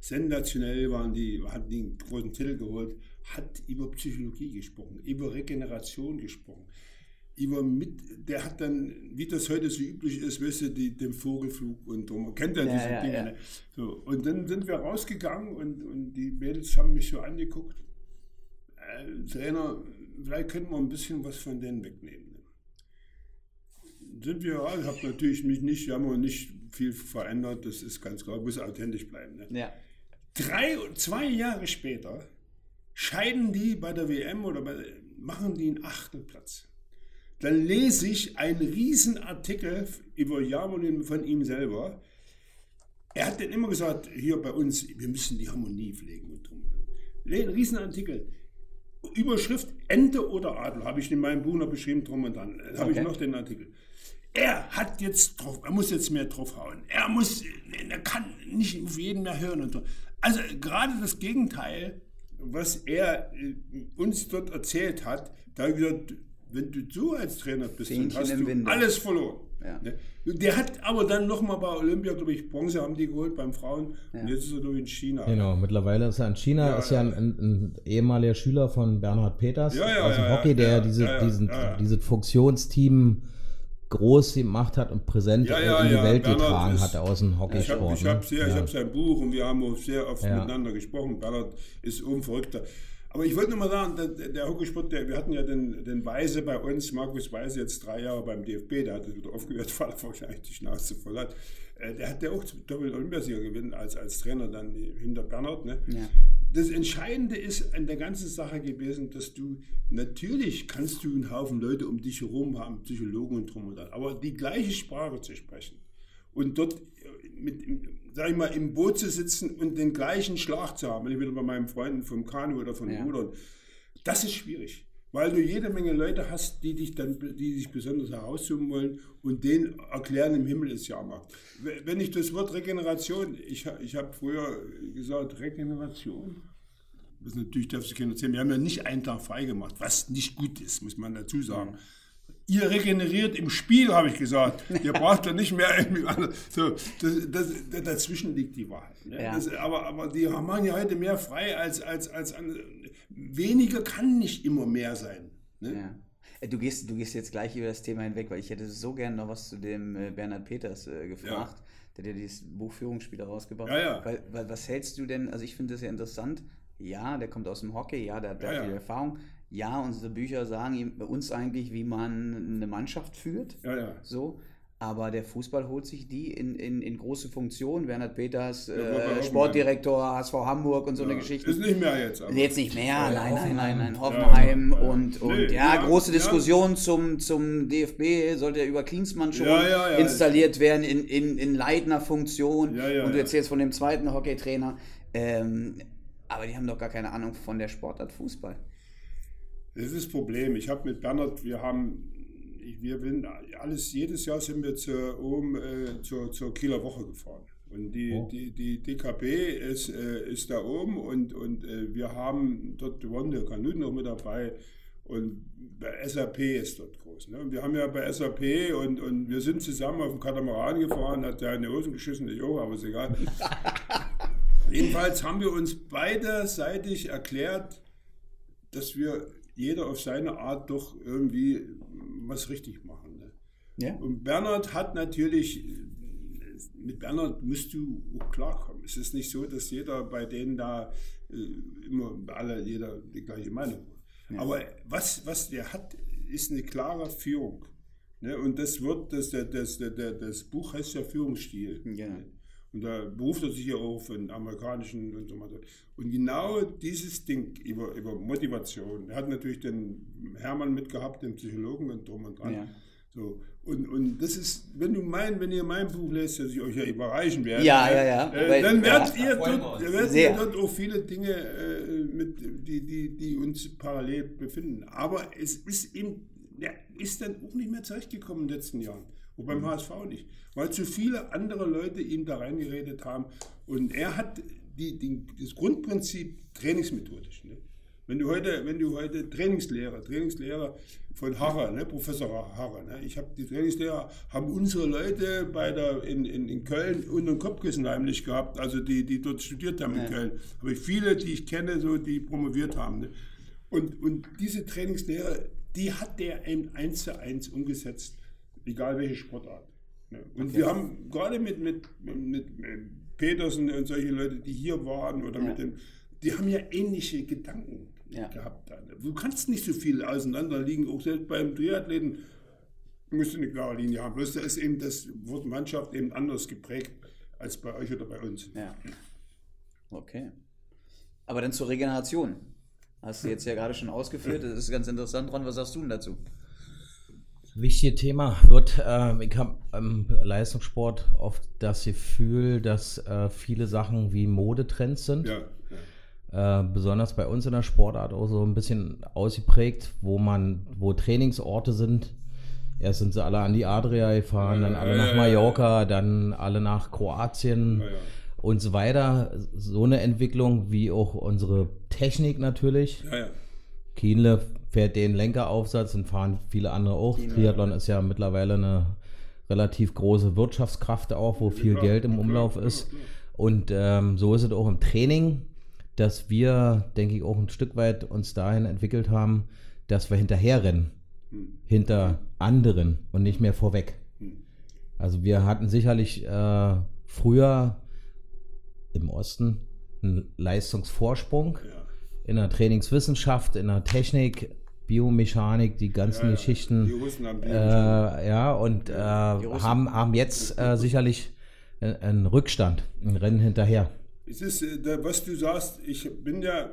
sensationell waren die, hatten den großen Titel geholt, hat über Psychologie gesprochen, über Regeneration gesprochen. Über mit, der hat dann, wie das heute so üblich ist, weißt du, die, den Vogelflug und drum, kennt ja, ja diese ja, Dinge. Ja. Ne? So, und dann sind wir rausgegangen und, und die Mädels haben mich so angeguckt. Äh, Trainer, vielleicht könnten wir ein bisschen was von denen wegnehmen. Sind wir, ja, ich habe natürlich mich nicht, wir haben nicht viel verändert, das ist ganz klar, muss authentisch bleiben. Ne? Ja. Drei, zwei Jahre später scheiden die bei der W M oder bei, machen die einen Achtelplatz. Dann lese ich einen riesen Artikel über Jarmolen von ihm selber. Er hat dann immer gesagt, hier bei uns, wir müssen die Harmonie pflegen. Und drum. Ein riesen Artikel. Überschrift Ente oder Adel, habe ich in meinem Buch noch beschrieben, drum und dran. Dann habe okay. ich noch den Artikel. Er hat jetzt drauf, er muss jetzt mehr draufhauen. Er muss, er kann nicht auf jeden mehr hören. Und so. Also gerade das Gegenteil, was er uns dort erzählt hat, da habe ich gesagt, wenn du so als Trainer bist, dann hast du Winde. Alles verloren. Ja. Der hat aber dann nochmal bei Olympia, glaube ich, Bronze haben die geholt beim Frauen. Ja. Und jetzt ist er doch in China. Genau, mittlerweile ist er in China. Ja, ist ja, ja ein, ein, ein ehemaliger Schüler von Bernhard Peters ja, ja, aus dem ja, Hockey, der ja, diese, ja, ja, diesen, ja, ja. dieses Funktionsteam groß gemacht hat und präsent ja, ja, in die ja, Welt Bernhard getragen ist, hat aus dem Hockeysport. Ich habe hab ne? ja. hab sein Buch und wir haben auch sehr oft ja. miteinander gesprochen. Bernhard ist unverrückter. Aber ich wollte nur mal sagen, der, der Hockeysport, der, wir hatten ja den, den Weise bei uns, Markus Weise, jetzt drei Jahre beim D F B, der hat das wieder aufgehört, weil er wahrscheinlich die Schnauze voll hat. Der hat ja auch doppelt Olympiasieger gewinnen als, als Trainer dann hinter Bernhard. Ne? Ja. Das Entscheidende ist an der ganzen Sache gewesen, dass du, natürlich kannst du einen Haufen Leute um dich herum haben, Psychologen und drum und dran, aber die gleiche Sprache zu sprechen und dort mit, sag ich mal, im Boot zu sitzen und den gleichen Schlag zu haben, wenn ich wieder bei meinen Freunden vom Kanu oder von ja. Rudern, das ist schwierig, weil du jede Menge Leute hast, die dich dann, die dich besonders herauszoomen wollen und denen erklären, im Himmel ist Jahrmarkt. Wenn ich das Wort Regeneration, ich, ich habe früher gesagt, Regeneration, das natürlich darfst du keiner erzählen, wir haben ja nicht einen Tag frei gemacht, was nicht gut ist, muss man dazu sagen. Ihr regeneriert im Spiel, habe ich gesagt. Ihr braucht ja nicht mehr irgendwie anders. So, das, das, das, dazwischen liegt die Wahrheit. Ne? Ja. Das, aber, aber die machen ja heute mehr frei als, als, als andere. Weniger kann nicht immer mehr sein. Ne? Ja. Du gehst, du gehst jetzt gleich über das Thema hinweg, weil ich hätte so gerne noch was zu dem äh, Bernhard Peters äh, gefragt, ja. der dir dieses Buch Führungsspieler rausgebracht hat. Ja, ja. weil, weil, was hältst du denn, also ich finde das ja interessant, ja, der kommt aus dem Hockey, ja, der hat ja, ja. viel Erfahrung. Ja, unsere Bücher sagen uns eigentlich, wie man eine Mannschaft führt. Ja, ja. So. Aber der Fußball holt sich die in, in, in große Funktionen. Bernhard Peters, ja, äh, Sportdirektor, H S V Hamburg und so ja, eine Geschichte. Ist nicht mehr jetzt. Aber. Jetzt nicht mehr, ja, nein, nein, nein, nein, nein. Hoffenheim ja, ja. und, und nee, ja, ja, große ja. Diskussion zum, zum D F B, sollte ja über Klinsmann schon ja, ja, ja, installiert werden in, in, in leitender Funktion. Ja, ja, und du ja. erzählst von dem zweiten Hockeytrainer. Ähm, aber die haben doch gar keine Ahnung von der Sportart Fußball. Das ist das Problem. Ich habe mit Bernhard, wir haben, wir sind alles, jedes Jahr sind wir zur, oben äh, zur, zur Kieler Woche gefahren. Und die, oh. die, die D K B ist, äh, ist da oben und, und äh, wir haben dort gewonnen, der Kanuten noch mit dabei. Und bei S A P ist dort groß. Ne? Und wir haben ja bei S A P und, und wir sind zusammen auf dem Katamaran gefahren, hat der in die Hosen geschissen, ich auch, aber ist egal. Jedenfalls haben wir uns beiderseitig erklärt, dass wir jeder auf seine Art doch irgendwie was richtig machen. Ne? Ja. Und Bernhard hat natürlich, mit Bernhard musst du auch klarkommen. Es ist nicht so, dass jeder bei denen da äh, immer alle, jeder die gleiche Meinung hat. Ja. Aber was, was der hat, ist eine klare Führung. Ne? Und das wird, das, das, das, das, das Buch heißt ja Führungsstil. Ja. Ne? Und da beruft er sich ja auch von amerikanischen und so weiter. Und genau dieses Ding über, über Motivation, er hat natürlich den Hermann mitgehabt, den Psychologen und drum und dran. Ja. So. Und, und das ist, wenn du mein, wenn ihr mein Buch lest, das ich euch ja überreichen werde, ja, äh, ja, ja. Äh, dann werdet ja, ihr, dort, werdet ihr dort auch viele Dinge, äh, mit, die, die, die uns parallel befinden. Aber es ist eben, er ist dann auch nicht mehr zurechtgekommen in den letzten Jahren. Und beim mhm. H S V nicht. Weil zu viele andere Leute ihm da reingeredet haben. Und er hat die, die, das Grundprinzip trainingsmethodisch. Ne? Wenn du heute, wenn du heute Trainingslehrer, Trainingslehrer von Harrer, ne, Professor Harrer, ne, ich habe die Trainingslehrer, haben unsere Leute bei der, in, in, in Köln unter dem Kopfkissen heimlich gehabt, also die, die dort studiert haben in ja. Köln. Habe ich viele, die ich kenne, so, die promoviert haben. Ne. Und, und diese Trainingslehrer, die hat der eben eins zu eins umgesetzt, egal welche Sportart. Ne. Und okay. wir haben gerade mit, mit, mit, mit Petersen und solche Leute, die hier waren, oder ja. mit dem, die haben ja ähnliche Gedanken ja. gehabt. Du kannst nicht so viel auseinander liegen, auch selbst beim Triathleten musst du eine klare Linie haben. Bloß da ist eben das Wort Mannschaft eben anders geprägt als bei euch oder bei uns. Ja. Okay. Aber dann zur Regeneration. Hast du jetzt ja gerade schon ausgeführt, das ist ganz interessant dran. Was sagst du denn dazu? Wichtiges Thema wird, äh, ich habe im Leistungssport oft das Gefühl, dass äh, viele Sachen wie Modetrends sind. Ja. Äh, besonders bei uns in der Sportart auch so ein bisschen ausgeprägt, wo man, wo Trainingsorte sind. Erst sind sie alle an die Adria gefahren, ja, dann alle ja, nach Mallorca, ja. dann alle nach Kroatien ja, ja. und so weiter. So eine Entwicklung wie auch unsere Technik natürlich. Ja, ja. Kienle fährt den Lenkeraufsatz und fahren viele andere auch. Kienle, Triathlon ja. ist ja mittlerweile eine relativ große Wirtschaftskraft auch, wo viel ja, Geld im Umlauf klar, ist. Klar, klar. Und ähm, so ist es auch im Training, dass wir, denke ich, auch ein Stück weit uns dahin entwickelt haben, dass wir hinterherrennen, hm. hinter anderen und nicht mehr vorweg. Hm. Also wir hatten sicherlich äh, früher im Osten einen Leistungsvorsprung ja. in der Trainingswissenschaft, in der Technik, Biomechanik, die ganzen ja, Geschichten. Die Russen haben äh, ja, und äh, haben, haben jetzt äh, sicherlich einen Rückstand, ein Rennen hinterher. Es ist, was du sagst, ich bin ja,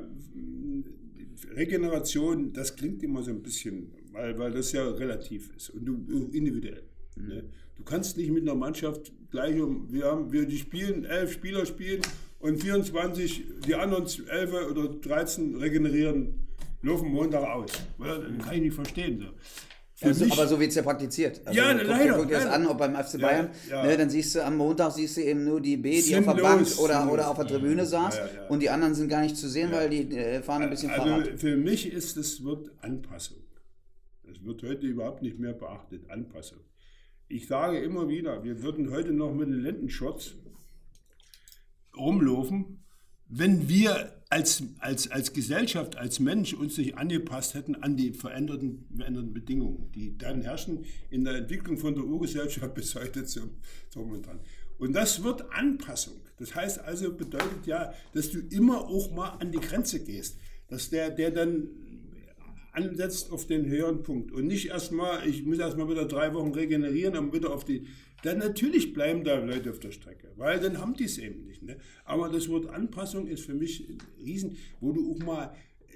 Regeneration, das klingt immer so ein bisschen, weil, weil das ja relativ ist und du individuell. Mhm. Ne? Du kannst nicht mit einer Mannschaft gleich um, wir haben, wir die spielen, elf Spieler spielen und vierundzwanzig, die anderen elf oder dreizehn regenerieren, laufen Montag aus. Das kann ich nicht verstehen. So. Also, aber so wird es ja praktiziert. Also, ja, guck, leider. Guck dir das leider. an, ob beim F C Bayern, ja, ja. Ne, dann siehst du am Montag siehst du eben nur die B, die Sinnlos, auf der Bank oder, oder auf der Tribüne ja, saß ja, ja. und die anderen sind gar nicht zu sehen, ja. weil die äh, fahren ein bisschen also Fahrrad. Für mich ist das Wort Anpassung. Das wird heute überhaupt nicht mehr beachtet, Anpassung. Ich sage immer wieder, wir würden heute noch mit den Lendenshorts rumlaufen, wenn wir als, als, als Gesellschaft, als Mensch uns nicht angepasst hätten an die veränderten, veränderten Bedingungen, die dann herrschen in der Entwicklung von der Urgesellschaft bis heute zum, zum momentan. Und das wird Anpassung. Das heißt also, bedeutet ja, dass du immer auch mal an die Grenze gehst. Dass der, der dann ansetzt auf den höheren Punkt und nicht erstmal, ich muss erstmal wieder drei Wochen regenerieren, um wieder auf die, dann natürlich bleiben da Leute auf der Strecke, weil dann haben die es eben nicht. Ne? Aber das Wort Anpassung ist für mich ein Riesen, wo du auch mal,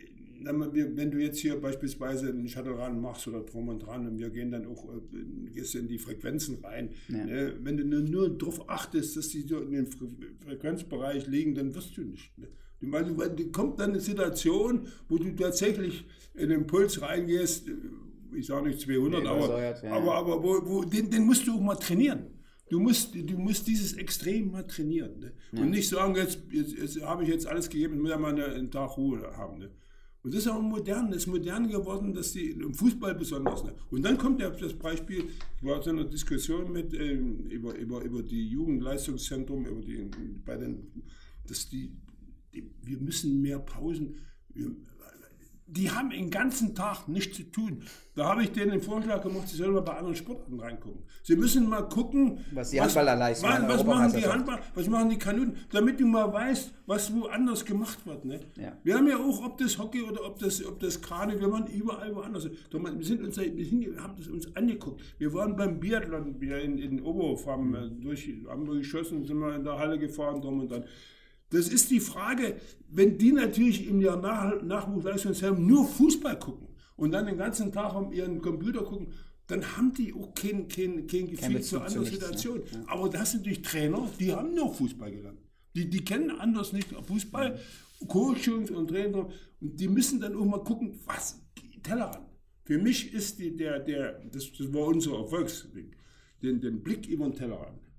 wenn du jetzt hier beispielsweise einen Shuttle-Run machst oder drum und dran und wir gehen dann auch gehst in die Frequenzen rein, ja. ne? Wenn du nur, nur darauf achtest, dass die so in dem Frequenzbereich liegen, dann wirst du nicht. Ne? Weil du, weil du kommt dann eine Situation, wo du tatsächlich in den Puls reingehst, ich sage nicht zweihundert, nee, aber, ja. aber, aber wo, wo, den, den musst du auch mal trainieren. Du musst, du musst dieses Extrem mal trainieren. Ne? Ja. Und nicht sagen, jetzt, jetzt, jetzt habe ich jetzt alles gegeben, ich muss ja mal einen Tag Ruhe haben. Ne? Und das ist auch modern, das ist modern geworden, dass die im Fußball besonders. Ne? Und dann kommt ja das Beispiel, ich war in einer Diskussion mit, ähm, über, über, über die Jugendleistungszentrum, über die, bei den, dass die, die, wir müssen mehr Pausen, wir, die haben den ganzen Tag nichts zu tun. Da habe ich denen den Vorschlag gemacht, sie sollen mal bei anderen Sportarten reingucken. Sie müssen mal gucken, was die Handballer leisten. Was, was machen die Handballer, was machen die Kanuten, damit du mal weißt, was woanders gemacht wird. Ne? Ja. Wir haben ja auch, ob das Hockey oder ob das, ob das Krane, wir waren überall woanders. Wir, sind uns, wir sind, haben das uns angeguckt. Wir waren beim Biathlon wir in, in Oberhof, haben, durch, haben wir geschossen, sind wir in der Halle gefahren, drum und dann. Das ist die Frage, wenn die natürlich in der Nach- Nachwuchsleistungszentrum nur Fußball gucken und dann den ganzen Tag auf ihren Computer gucken, dann haben die auch kein, kein, kein Gefühl zu anderen Situationen. Ne? Aber das sind natürlich Trainer, die haben nur Fußball gelernt. Die, die kennen anders nicht Fußball, Coachings und Trainer. Und die müssen dann auch mal gucken, was Tellerrand. Für mich ist die, der, der, das, das war unser Erfolgsweg, den, den Blick über den Tellerrand.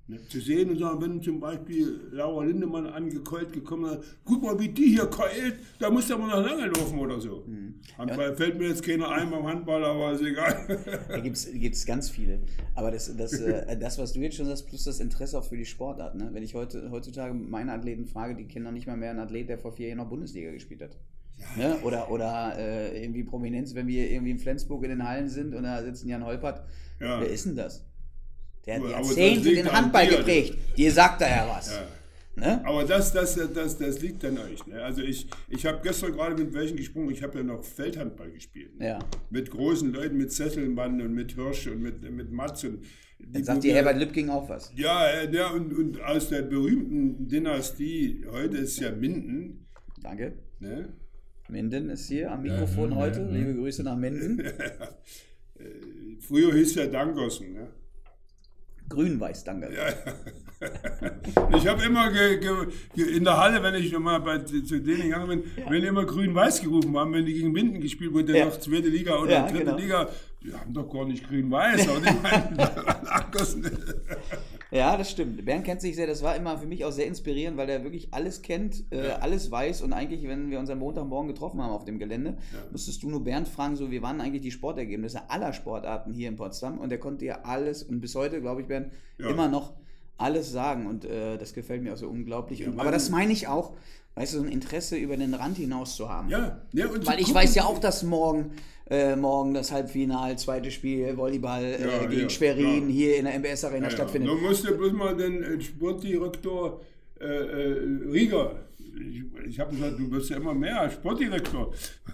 Ne, zu sehen und sagen, wenn zum Beispiel Laura Lindemann angekeult gekommen hat, guck mal, wie die hier keilt, da muss der mal noch lange laufen oder so. Mhm. Handball ja. Fällt mir jetzt keiner ein beim Handball, aber ist egal. Da gibt es ganz viele. Aber das, das, äh, das, was du jetzt schon sagst, plus das Interesse auch für die Sportart. Ne? Wenn ich heute, heutzutage meine Athleten frage, die kennen noch nicht mal mehr einen Athlet, der vor vier Jahren noch Bundesliga gespielt hat. Ja. Ne? Oder, oder äh, irgendwie Prominenz, wenn wir irgendwie in Flensburg in den Hallen sind und da sitzt Jan Holpert. Ja. Wer ist denn das? Der hat Jahrzehnte den Handball dir, geprägt. Dir sagt da ja was. Ja. Ne? Aber das, das, das, das liegt an euch. Ne? Also ich, ich habe gestern gerade mit welchen gesprochen, ich habe ja noch Feldhandball gespielt. Ne? Ja. Mit großen Leuten, mit Sesselmann und mit Hirsch und mit, mit Matz. Und Dann sagt dir Herbert Lübking auch was. Ja, ja und, und aus der berühmten Dynastie, heute ist ja Minden. Danke. Ne? Minden ist hier am Mikrofon ja, heute. Ja, ja. Liebe Grüße nach Minden. Früher hieß ja Dangossen. Ne? Grün-Weiß-Danke. Ja. Ich habe immer ge, ge, in der Halle, wenn ich nochmal bei, zu denen gegangen bin, ja. wenn die immer Grün-Weiß gerufen haben, wenn die gegen Minden gespielt wurden, ja. noch zweite Liga oder ja, dritte genau. Liga, die haben doch gar nicht Grün-Weiß, aber die meinen Ja, das stimmt. Bernd kennt sich sehr, das war immer für mich auch sehr inspirierend, weil er wirklich alles kennt, äh, ja. alles weiß und eigentlich, wenn wir uns am Montagmorgen getroffen haben auf dem Gelände, ja. musstest du nur Bernd fragen, so wie waren eigentlich die Sportergebnisse aller Sportarten hier in Potsdam und der konnte dir alles und bis heute, glaube ich, Bernd, ja. immer noch alles sagen und äh, das gefällt mir auch so unglaublich. Ja, aber das meine ich auch, weißt du, so ein Interesse über den Rand hinaus zu haben. Ja, ja und weil ich gucken, weiß ja auch, dass morgen Äh, morgen das Halbfinale, zweites Spiel, Volleyball äh, ja, gegen ja, Schwerin ja. hier in der M B S Arena ja, stattfindet. Ja. Du musst ja bloß mal den Sportdirektor äh, äh, Rieger, ich, ich habe gesagt, du wirst ja immer mehr Sportdirektor.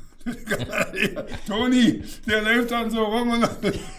Toni, der läuft dann so rum und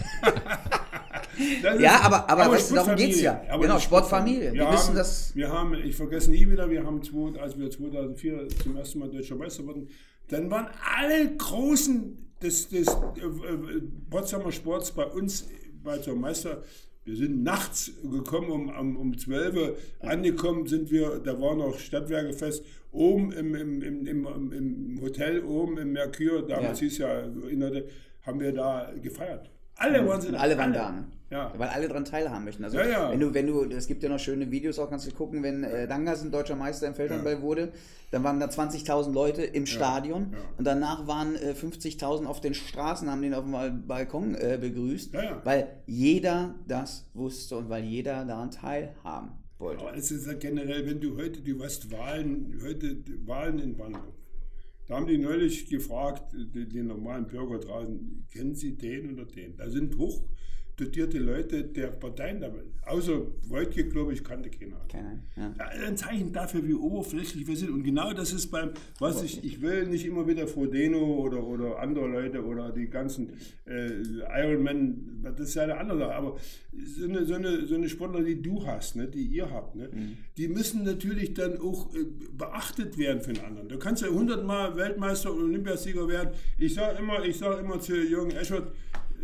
ja, aber, aber, aber weißt du, darum geht es ja. Aber genau, Sportfamilie. Wir, wir wissen haben, das. Wir haben, ich vergesse nie wieder, wir haben, zwei, als wir zweitausendvier zum ersten Mal Deutscher Meister wurden, dann waren alle großen des, des äh, Potsdamer Sports bei uns bei der Meister. Wir sind nachts gekommen, um, um, um zwölf Uhr angekommen sind wir, da war noch Stadtwerkefest, oben im, im, im, im, im Hotel, oben im Mercure, damals ja. hieß ja, haben wir da gefeiert. Alle waren, sind alle waren da, ne? Ja. Weil alle daran teilhaben möchten. Also ja, ja. wenn du, wenn du, es gibt ja noch schöne Videos, auch kannst du gucken, wenn äh, Dangas ein deutscher Meister im Feldhandball ja. wurde, dann waren da zwanzigtausend Leute im Stadion ja. Ja. und danach waren äh, fünfzigtausend auf den Straßen, haben den auf dem Balkon äh, begrüßt, ja, ja. weil jeder das wusste und weil jeder daran teilhaben wollte. Aber es ist ja generell, wenn du heute, du hast Wahlen, heute Wahlen in Brandenburg. Da haben die neulich gefragt, die, die normalen Bürger draußen, kennen Sie den oder den? Da sind hochdotierte Leute der Parteien dabei. Außer Wojtke, glaube ich, kannte keiner. Keine, ja. Ein Zeichen dafür, wie oberflächlich wir sind. Und genau das ist beim, was ich, ich will nicht immer wieder Frodeno oder, oder andere Leute oder die ganzen äh, Ironman, das ist ja eine andere Sache, aber so eine, so eine, so eine Sportler, die du hast, ne, die ihr habt, ne, mhm. die müssen natürlich dann auch äh, beachtet werden von anderen. Du kannst ja hundertmal Weltmeister und Olympiasieger werden. Ich sage immer, ich sage immer zu Jürgen Eschert,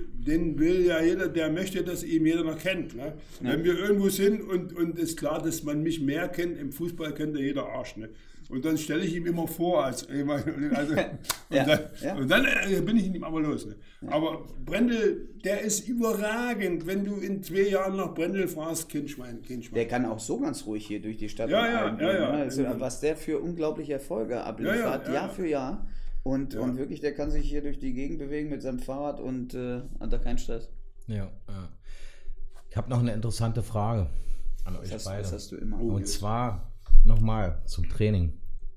den will ja jeder, der möchte, dass ihn jeder noch kennt. Ne? Ja. Wenn wir irgendwo sind und, und ist klar, dass man mich mehr kennt, im Fußball kennt ja jeder Arsch. Ne? Und dann stelle ich ihm immer vor, als, also, und, ja. dann, ja. und dann äh, bin ich ihm aber los. Ne? Ja. Aber Brendel, der ist überragend. Wenn du in zwei Jahren nach Brendel fragst, Kindschwein, Kindschwein. Der kann auch so ganz ruhig hier durch die Stadt. Ja, ja, ja, ja. Also, was der für unglaubliche Erfolge abliefert, ja, ja, ja, Jahr für Jahr. Und, ja. und wirklich, der kann sich hier durch die Gegend bewegen mit seinem Fahrrad und äh, hat da keinen Stress. Ja, ja. Ich habe noch eine interessante Frage an das euch hast, beide. Das hast du immer. Und zwar nochmal zum Training.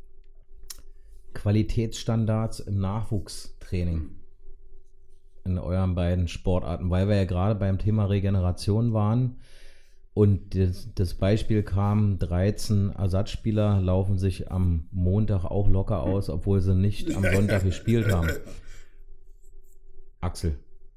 Qualitätsstandards im Nachwuchstraining in euren beiden Sportarten, weil wir ja gerade beim Thema Regeneration waren. Und das, das Beispiel kam, dreizehn Ersatzspieler laufen sich am Montag auch locker aus, obwohl sie nicht am Sonntag gespielt haben. Axel.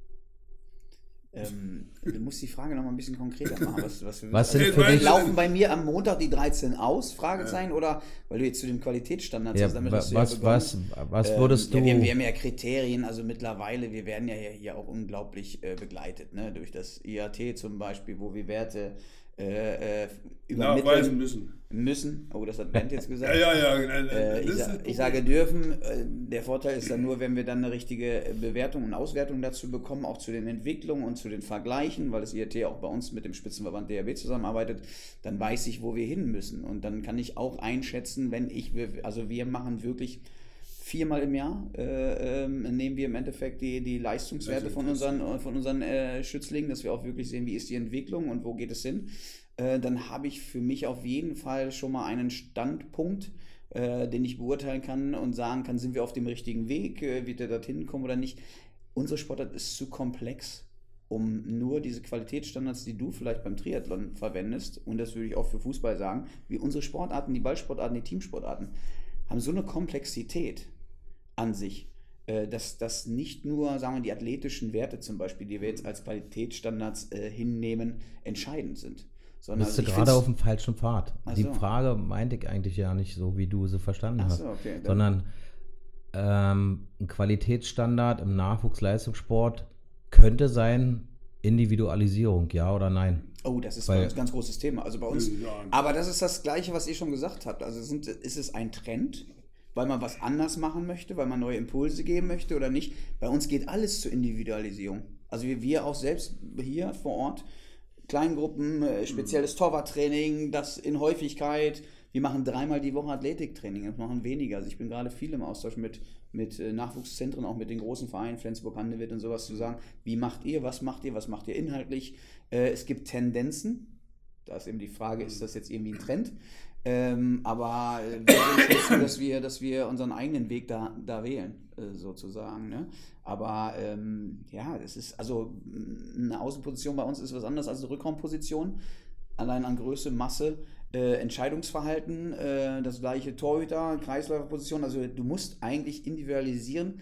Ähm, du musst die Frage noch mal ein bisschen konkreter machen. Was, was, was sind für dich? Laufen bei mir am Montag die dreizehn aus? Fragezeichen. Ja. Oder weil du jetzt zu den Qualitätsstandards ja, hast, damit was, hast du ja was, was, was würdest ähm, du... Ja, wir, wir haben ja Kriterien, also mittlerweile, wir werden ja hier auch unglaublich äh, begleitet, ne? Durch das I A T zum Beispiel, wo wir Werte äh, nachweisen müssen. Müssen, oh, das hat Bernd jetzt gesagt. ja, ja, ja. Äh, ich, sa- ich sage dürfen, äh, der Vorteil ist dann nur, wenn wir dann eine richtige Bewertung und Auswertung dazu bekommen, auch zu den Entwicklungen und zu den Vergleichen, weil das I R T auch bei uns mit dem Spitzenverband D H B zusammenarbeitet, dann weiß ich, wo wir hin müssen. Und dann kann ich auch einschätzen, wenn ich, also wir machen wirklich viermal im Jahr, äh, äh, nehmen wir im Endeffekt die, die Leistungswerte von unseren, von unseren äh, Schützlingen, dass wir auch wirklich sehen, wie ist die Entwicklung und wo geht es hin. Äh, dann habe ich für mich auf jeden Fall schon mal einen Standpunkt, äh, den ich beurteilen kann und sagen kann, sind wir auf dem richtigen Weg, äh, wird der dorthin kommen oder nicht. Unsere Sportart ist zu komplex, um nur diese Qualitätsstandards, die du vielleicht beim Triathlon verwendest, und das würde ich auch für Fußball sagen, wie unsere Sportarten, die Ballsportarten, die Teamsportarten, haben so eine Komplexität an sich, äh, dass das nicht nur, sagen wir, die athletischen Werte zum Beispiel, die wir jetzt als Qualitätsstandards äh, hinnehmen, entscheidend sind. Sondern Bist du also ich gerade find's- auf dem falschen Pfad. Ach Die so. Frage meinte ich eigentlich ja nicht so, wie du sie verstanden Ach hast. so, okay, dann- Sondern ähm, ein Qualitätsstandard im Nachwuchsleistungssport könnte sein Individualisierung, ja oder nein? Oh, das ist Weil- bei uns ein ganz großes Thema. Also bei uns. Ja. Aber das ist das Gleiche, was ihr schon gesagt habt. Also sind, ist es ein Trend, weil man was anders machen möchte, weil man neue Impulse geben möchte oder nicht? Bei uns geht alles zur Individualisierung. Also wir, wir auch selbst hier vor Ort, Kleingruppen, äh, spezielles Torwarttraining, das in Häufigkeit. Wir machen dreimal die Woche Athletiktraining, das machen weniger. Also ich bin gerade viel im Austausch mit, mit äh, Nachwuchszentren, auch mit den großen Vereinen, Flensburg, Handewitt und sowas, zu sagen, wie macht ihr, was macht ihr, was macht ihr inhaltlich? Äh, es gibt Tendenzen, da ist eben die Frage, ist das jetzt irgendwie ein Trend? Ähm, aber äh, wir sind jetzt so, dass wir, dass wir unseren eigenen Weg da, da wählen, äh, sozusagen. Ne? Aber ähm, ja, es ist, also eine Außenposition bei uns ist was anderes als eine Rückraumposition. Allein an Größe, Masse, äh, Entscheidungsverhalten, äh, das gleiche Torhüter, Kreisläuferposition. Also du musst eigentlich individualisieren,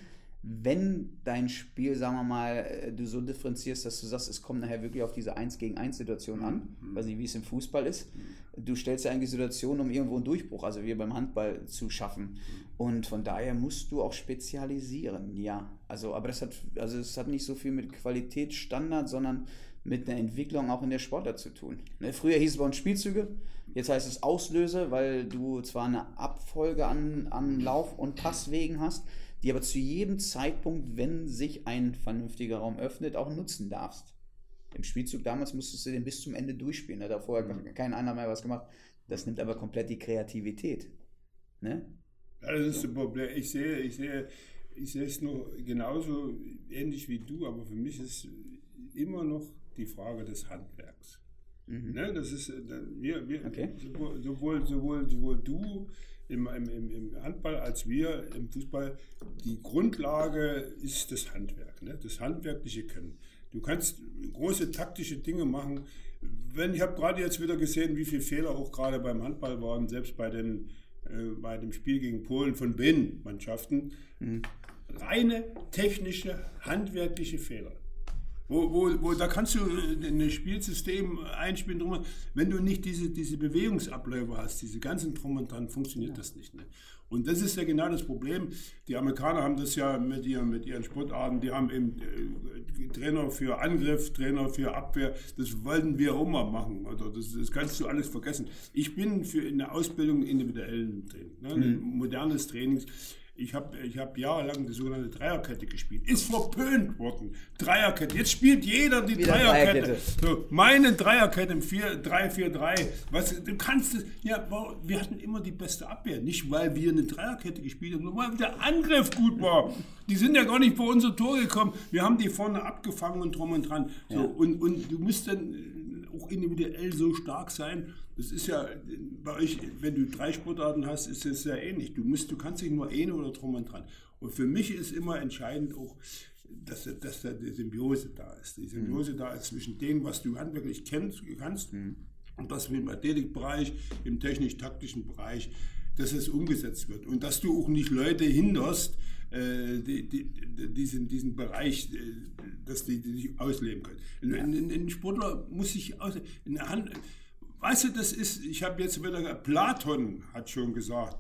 wenn dein Spiel, sagen wir mal, äh, du so differenzierst, dass du sagst, es kommt nachher wirklich auf diese eins gegen eins Situation an, Mhm. weiß nicht, wie es im Fußball ist. Du stellst ja eigentlich Situationen, um irgendwo einen Durchbruch, also wie beim Handball, zu schaffen. Und von daher musst du auch spezialisieren, ja. Also, aber das hat, also es hat nicht so viel mit Qualitätsstandard, sondern mit einer Entwicklung auch in der Sportart zu tun. Ne, früher hieß es bei uns Spielzüge, jetzt heißt es Auslöse, weil du zwar eine Abfolge an, an Lauf- und Passwegen hast, die aber zu jedem Zeitpunkt, wenn sich ein vernünftiger Raum öffnet, auch nutzen darfst. Im Spielzug damals musstest du den bis zum Ende durchspielen, da hat auch vorher mhm. kein einer mehr was gemacht. Das nimmt aber komplett die Kreativität. Ne? Ja, das ist das Problem. Ich sehe, ich sehe, ich sehe es noch genauso ähnlich wie du, aber für mich ist immer noch die Frage des Handwerks. Mhm. Ne, das ist, wir, wir, okay. sowohl, sowohl, sowohl, sowohl du im, im, im Handball als wir im Fußball, die Grundlage ist das Handwerk, ne, das handwerkliche Können. Du kannst große taktische Dinge machen. Wenn, ich habe gerade jetzt wieder gesehen, wie viele Fehler auch gerade beim Handball waren, selbst bei, den, äh, bei dem Spiel gegen Polen von Binnenmannschaften. Mhm. Reine technische, handwerkliche Fehler. Wo, wo, wo, da kannst du ein Spielsystem einspielen, drum, wenn du nicht diese, diese Bewegungsabläufe hast, diese ganzen Drum und Dran, funktioniert ja. das nicht. Ne? Und das ist ja genau das Problem. Die Amerikaner haben das ja mit, ihr, mit ihren Sportarten, die haben eben äh, Trainer für Angriff, Trainer für Abwehr, das wollten wir auch mal machen. Also das, das kannst du alles vergessen. Ich bin für eine Ausbildung individuellen Training, ne? Mhm. modernes Training. Ich habe ich hab jahrelang die sogenannte Dreierkette gespielt. Ist verpönt worden. Dreierkette. Jetzt spielt jeder die Wieder Dreierkette. Dreierkette. So, meine Dreierkette im drei vier drei. Was, du kannst es. Ja, wir hatten immer die beste Abwehr. Nicht, weil wir eine Dreierkette gespielt haben, sondern weil der Angriff gut war. Die sind ja gar nicht vor unser Tor gekommen. Wir haben die vorne abgefangen und drum und dran. So, ja. und, und du musst dann auch individuell so stark sein. Das ist ja bei euch, wenn du drei Sportarten hast, ist es sehr ähnlich. Du musst, du kannst nicht nur eine oder drum und dran. Und für mich ist immer entscheidend auch, dass, dass da die Symbiose da ist. Die Symbiose mhm. da ist zwischen dem, was du handwerklich kennst, kannst, mhm. und das im Athletikbereich, im technisch-taktischen Bereich, dass es umgesetzt wird. Und dass du auch nicht Leute hinderst, äh, die, die, diesen, diesen Bereich, äh, dass die, die nicht ausleben können. Ein, ein, ein Sportler muss sich ausleben. Eine Hand, weißt du, das ist, ich habe jetzt wieder, Platon hat schon gesagt,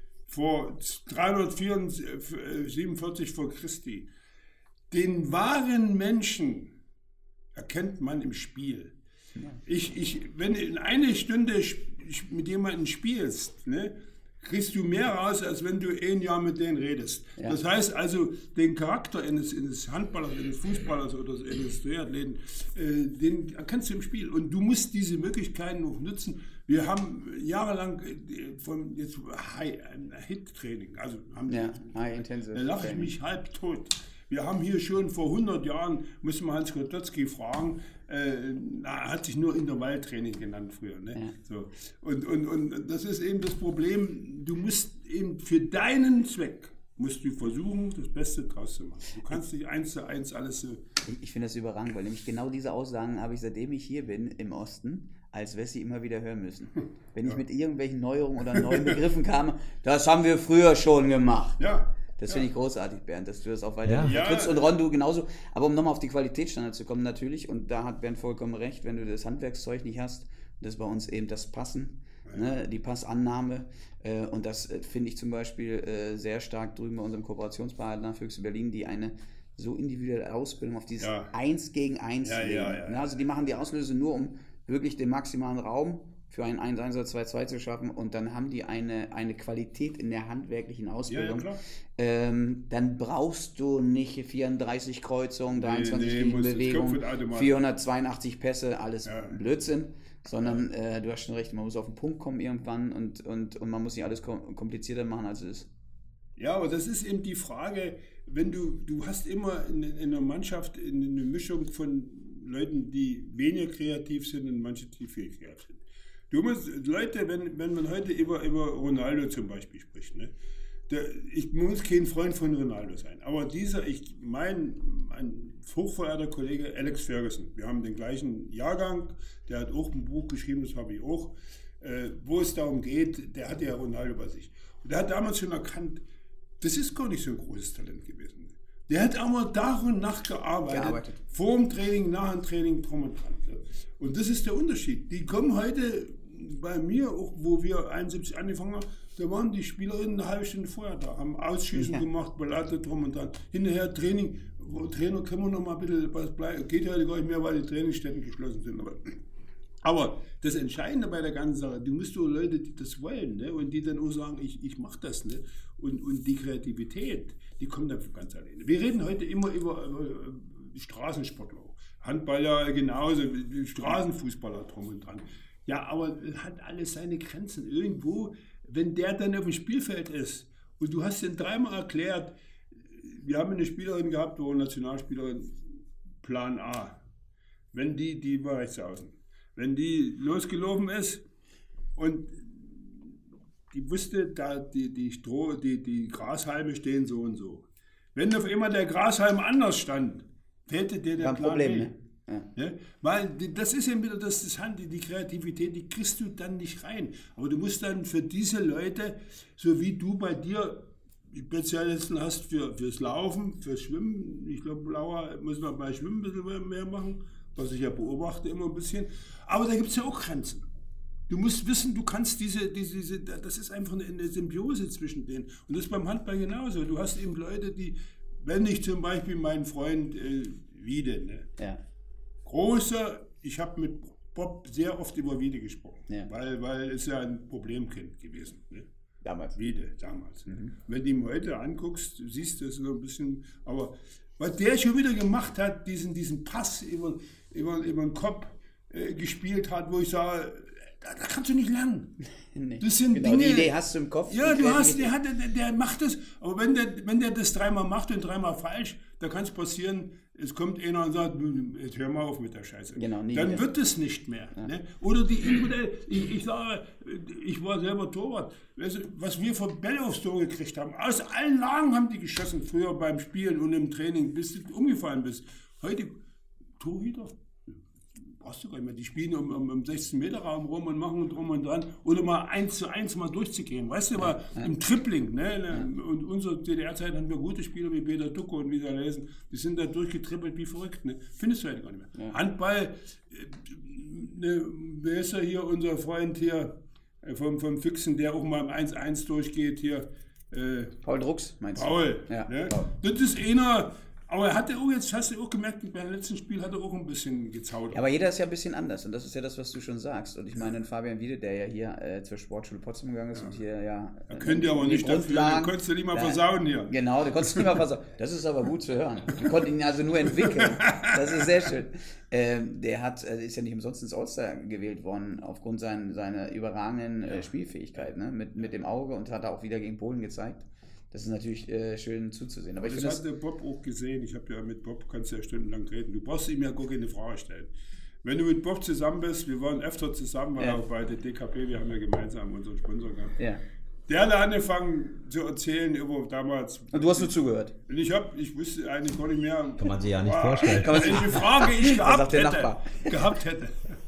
vor dreihundertsiebenundvierzig vor Christi, den wahren Menschen erkennt man im Spiel. Ich, ich, wenn du in eine Stunde mit jemandem spielst, ne, kriegst du mehr raus, als wenn du ein Jahr mit denen redest. Ja. Das heißt also, den Charakter eines, eines Handballers, eines Fußballers oder eines Triathleten, äh, den erkennst du im Spiel. Und du musst diese Möglichkeiten auch nutzen. Wir haben jahrelang äh, von jetzt High, ein Hit-Training, also haben ja, High Intensive. Da lache ich mich halb tot. Wir haben hier schon vor hundert Jahren, müssen wir Hans Kototzky fragen, äh, er hat sich nur Intervalltraining genannt früher. Ne? Ja. So. Und, und, und das ist eben das Problem, du musst eben für deinen Zweck, musst du versuchen, das Beste draus zu machen. Du kannst nicht eins zu eins alles so... Ich, ich finde das überragend, weil nämlich genau diese Aussagen habe ich, seitdem ich hier bin im Osten, als Wessi immer wieder hören müssen. Wenn ja. ich mit irgendwelchen Neuerungen oder neuen Begriffen kam, das haben wir früher schon gemacht. Ja. Das ja. finde ich großartig, Bernd, dass du das auch weiter ja. vertrittst und Ron, du genauso. Aber um nochmal auf die Qualitätsstandards zu kommen, natürlich, und da hat Bernd vollkommen recht, wenn du das Handwerkszeug nicht hast, das ist bei uns eben das Passen, ja. ne, die Passannahme, äh, und das äh, finde ich zum Beispiel äh, sehr stark drüben bei unserem Kooperationspartner Füchse Berlin, die eine so individuelle Ausbildung auf dieses ja. Eins gegen Eins ja, legen. ja, ja, ne, also die machen die Auslöse nur, um wirklich den maximalen Raum für ein eins eins oder zwei zwei zu schaffen, und dann haben die eine, eine Qualität in der handwerklichen Ausbildung. Ja, ja, ähm, dann brauchst du nicht vierunddreißig Kreuzungen, dreiundzwanzig nee, nee, Bewegungen, vierhundertzweiundachtzig Pässe, alles ja. Blödsinn, sondern ja. äh, du hast schon recht, man muss auf den Punkt kommen irgendwann und, und, und man muss nicht alles komplizierter machen, als es ist. Ja, aber das ist eben die Frage, wenn du, du hast immer in, in einer Mannschaft eine Mischung von Leuten, die weniger kreativ sind und manche, die viel kreativ sind. Du musst, Leute, wenn, wenn man heute über, über Ronaldo zum Beispiel spricht, ne, der, ich muss kein Freund von Ronaldo sein, aber dieser, ich mein, ein hochverehrter Kollege Alex Ferguson, wir haben den gleichen Jahrgang, der hat auch ein Buch geschrieben, das habe ich auch, äh, wo es darum geht, der hatte ja Ronaldo bei sich. Und der hat damals schon erkannt, das ist gar nicht so ein großes Talent gewesen. Der hat aber Tag und Nacht gearbeitet, gearbeitet. Vor dem Training, nach dem Training, drum und dran. Und das ist der Unterschied. Die kommen heute bei mir, auch wo wir einundsiebzig angefangen haben, da waren die Spielerinnen eine halbe Stunde vorher da, haben Ausschießen ja. gemacht, Ballade drum und dran. Hinterher Training, wo Trainer können wir noch mal ein bisschen was bleiben. Geht heute gar nicht mehr, weil die Trainingsstätten geschlossen sind. Aber, aber das Entscheidende bei der ganzen Sache, du musst nur Leute, die das wollen, ne? Und die dann auch sagen, ich, ich mache das. Ne? Und, und die Kreativität, die kommt dann von ganz alleine. Wir reden heute immer über, über Straßensportler, Handballer genauso, Straßenfußballer drum und dran. Ja, aber es hat alles seine Grenzen. Irgendwo, wenn der dann auf dem Spielfeld ist und du hast ihn dreimal erklärt, wir haben eine Spielerin gehabt, eine Nationalspielerin, Plan A. Wenn die, die war rechts außen, wenn die losgelaufen ist und die wusste, da die, die, Stroh, die, die Grashalme stehen so und so. Wenn auf einmal der Grashalm anders stand, fehlte dir der Plan Problem, B. Ne? Ja. Ja, weil das ist eben wieder das, das Hand, die Kreativität, die kriegst du dann nicht rein. Aber du musst dann für diese Leute, so wie du bei dir Spezialisten hast für, fürs Laufen, fürs Schwimmen, ich glaube, Laura muss noch bei Schwimmen ein bisschen mehr machen, was ich ja beobachte immer ein bisschen. Aber da gibt es ja auch Grenzen. Du musst wissen, du kannst diese, diese, diese, das ist einfach eine, eine Symbiose zwischen denen. Und das ist beim Handball genauso. Du hast eben Leute, die, wenn ich zum Beispiel meinen Freund äh, Wiede, ne? Ja. Großer, ich habe mit Bob sehr oft über Wiede gesprochen, ja. weil, weil es ja ein Problemkind gewesen. Ne? Damals. Wiede, damals. Mhm. Ne? Wenn du ihn heute anguckst, siehst du es so ein bisschen, aber was der schon wieder gemacht hat, diesen, diesen Pass über, über, über den Kopf äh, gespielt hat, wo ich sage, da, da kannst du nicht lernen. Nee. Das sind genau, Dinge, die Idee hast du im Kopf. Ja, du hast, der, hat, der, der macht das, aber wenn der, wenn der das dreimal macht und dreimal falsch, da kann es passieren, es kommt einer und sagt, jetzt hör mal auf mit der Scheiße. Genau, nie Dann wieder. wird es nicht mehr. Ja. Ne? Oder die, ich, ich sage, ich war selber Torwart, was wir für Bälle aufs Tor gekriegt haben, aus allen Lagen haben die geschossen, früher beim Spielen und im Training, bis du umgefallen bist. Heute, Torhüter, brauchst du gar nicht mehr. Die spielen um, um, um sechzehn Meter Raum rum und machen drum und dran. Oder mal eins zu eins mal durchzugehen. Weißt du, mal ja, ja. im Tripling. Ne? Ja. Und unsere D D R-Zeit haben wir gute Spieler wie Peter Ducko und wie sie lesen. Die sind da durchgetrippelt wie verrückt. Ne? Findest du heute gar nicht mehr. Ja. Handball, ne, wer ist ja hier unser Freund hier vom, vom Füchsen, der auch mal im eins eins durchgeht hier. Äh, Paul Drucks, meinst du? Paul. Ja. Ne? Paul. Das ist einer, Aber er hatte auch jetzt, hast du auch gemerkt, beim letzten Spiel hat er auch ein bisschen gezaudert. Ja, aber jeder ist ja ein bisschen anders und das ist ja das, was du schon sagst. Und ich meine, Fabian Wiede, der ja hier äh, zur Sportschule Potsdam gegangen ist ja. und hier ja... Äh, könnt ihr aber nicht dafür, den konntest du nicht mal äh, versauen hier. Genau, den konntest du nicht mal versauen. Das ist aber gut zu hören. Wir konnten ihn also nur entwickeln. Das ist sehr schön. Ähm, der hat, äh, ist ja nicht umsonst ins All-Star gewählt worden, aufgrund sein, seiner überragenden äh, Spielfähigkeit, ne? mit, mit dem Auge und hat er auch wieder gegen Polen gezeigt. Das ist natürlich äh, schön zuzusehen. Aber, Aber ich das hat der Bob auch gesehen. Ich habe ja mit Bob, kannst du ja stundenlang reden. Du brauchst ihm ja gar keine Frage stellen. Wenn du mit Bob zusammen bist, wir waren öfter zusammen, weil ja. auch bei der D K P, wir haben ja gemeinsam unseren Sponsor gehabt. Ja. Der hat angefangen zu erzählen über damals. Und du hast nur zugehört. Und ich hab, ich wusste eigentlich gar nicht mehr. Kann man sich ja nicht ah, vorstellen. Welche Frage ich gehabt hätte. Gehabt hätte.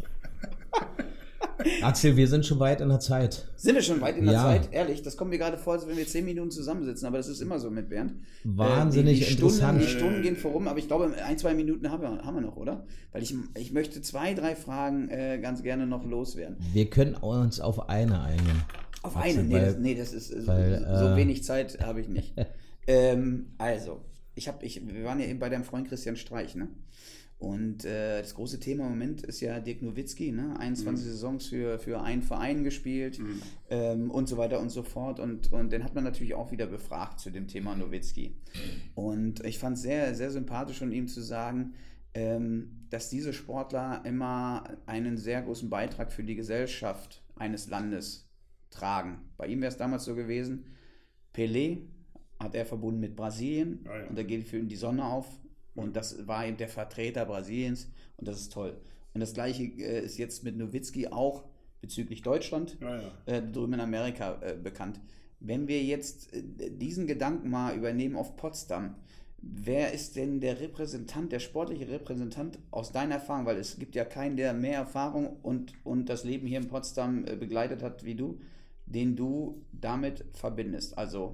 Axel, wir sind schon weit in der Zeit. Sind wir schon weit in der ja. Zeit? Ehrlich, das kommt mir gerade vor, als wenn wir zehn Minuten zusammensitzen, aber das ist immer so mit Bernd. Wahnsinnig äh, die, die interessant. Stunden, die Stunden gehen vorum, aber ich glaube, ein, zwei Minuten haben wir, haben wir noch, oder? Weil ich, ich möchte zwei, drei Fragen äh, ganz gerne noch loswerden. Wir können uns auf eine einigen. Auf Axel, eine? Nee, weil, das, nee, das ist weil, so, so wenig Zeit habe ich nicht. ähm, also, ich hab, ich, wir waren ja eben bei deinem Freund Christian Streich, ne? Und äh, das große Thema im Moment ist ja Dirk Nowitzki, ne? einundzwanzig mhm. Saisons für, für einen Verein gespielt mhm. ähm, und so weiter und so fort. Und, und den hat man natürlich auch wieder befragt zu dem Thema Nowitzki. Und ich fand es sehr, sehr sympathisch von ihm zu sagen, ähm, dass diese Sportler immer einen sehr großen Beitrag für die Gesellschaft eines Landes tragen. Bei ihm wäre es damals so gewesen, Pelé hat er verbunden mit Brasilien ja, ja. und da geht für ihn die Sonne auf. Und das war eben der Vertreter Brasiliens und das ist toll. Und das Gleiche äh, ist jetzt mit Nowitzki auch bezüglich Deutschland ja, ja. Äh, drüben in Amerika äh, bekannt. Wenn wir jetzt äh, diesen Gedanken mal übernehmen auf Potsdam, wer ist denn der Repräsentant, der sportliche Repräsentant aus deiner Erfahrung? Weil es gibt ja keinen, der mehr Erfahrung und, und das Leben hier in Potsdam äh, begleitet hat wie du, den du damit verbindest. Also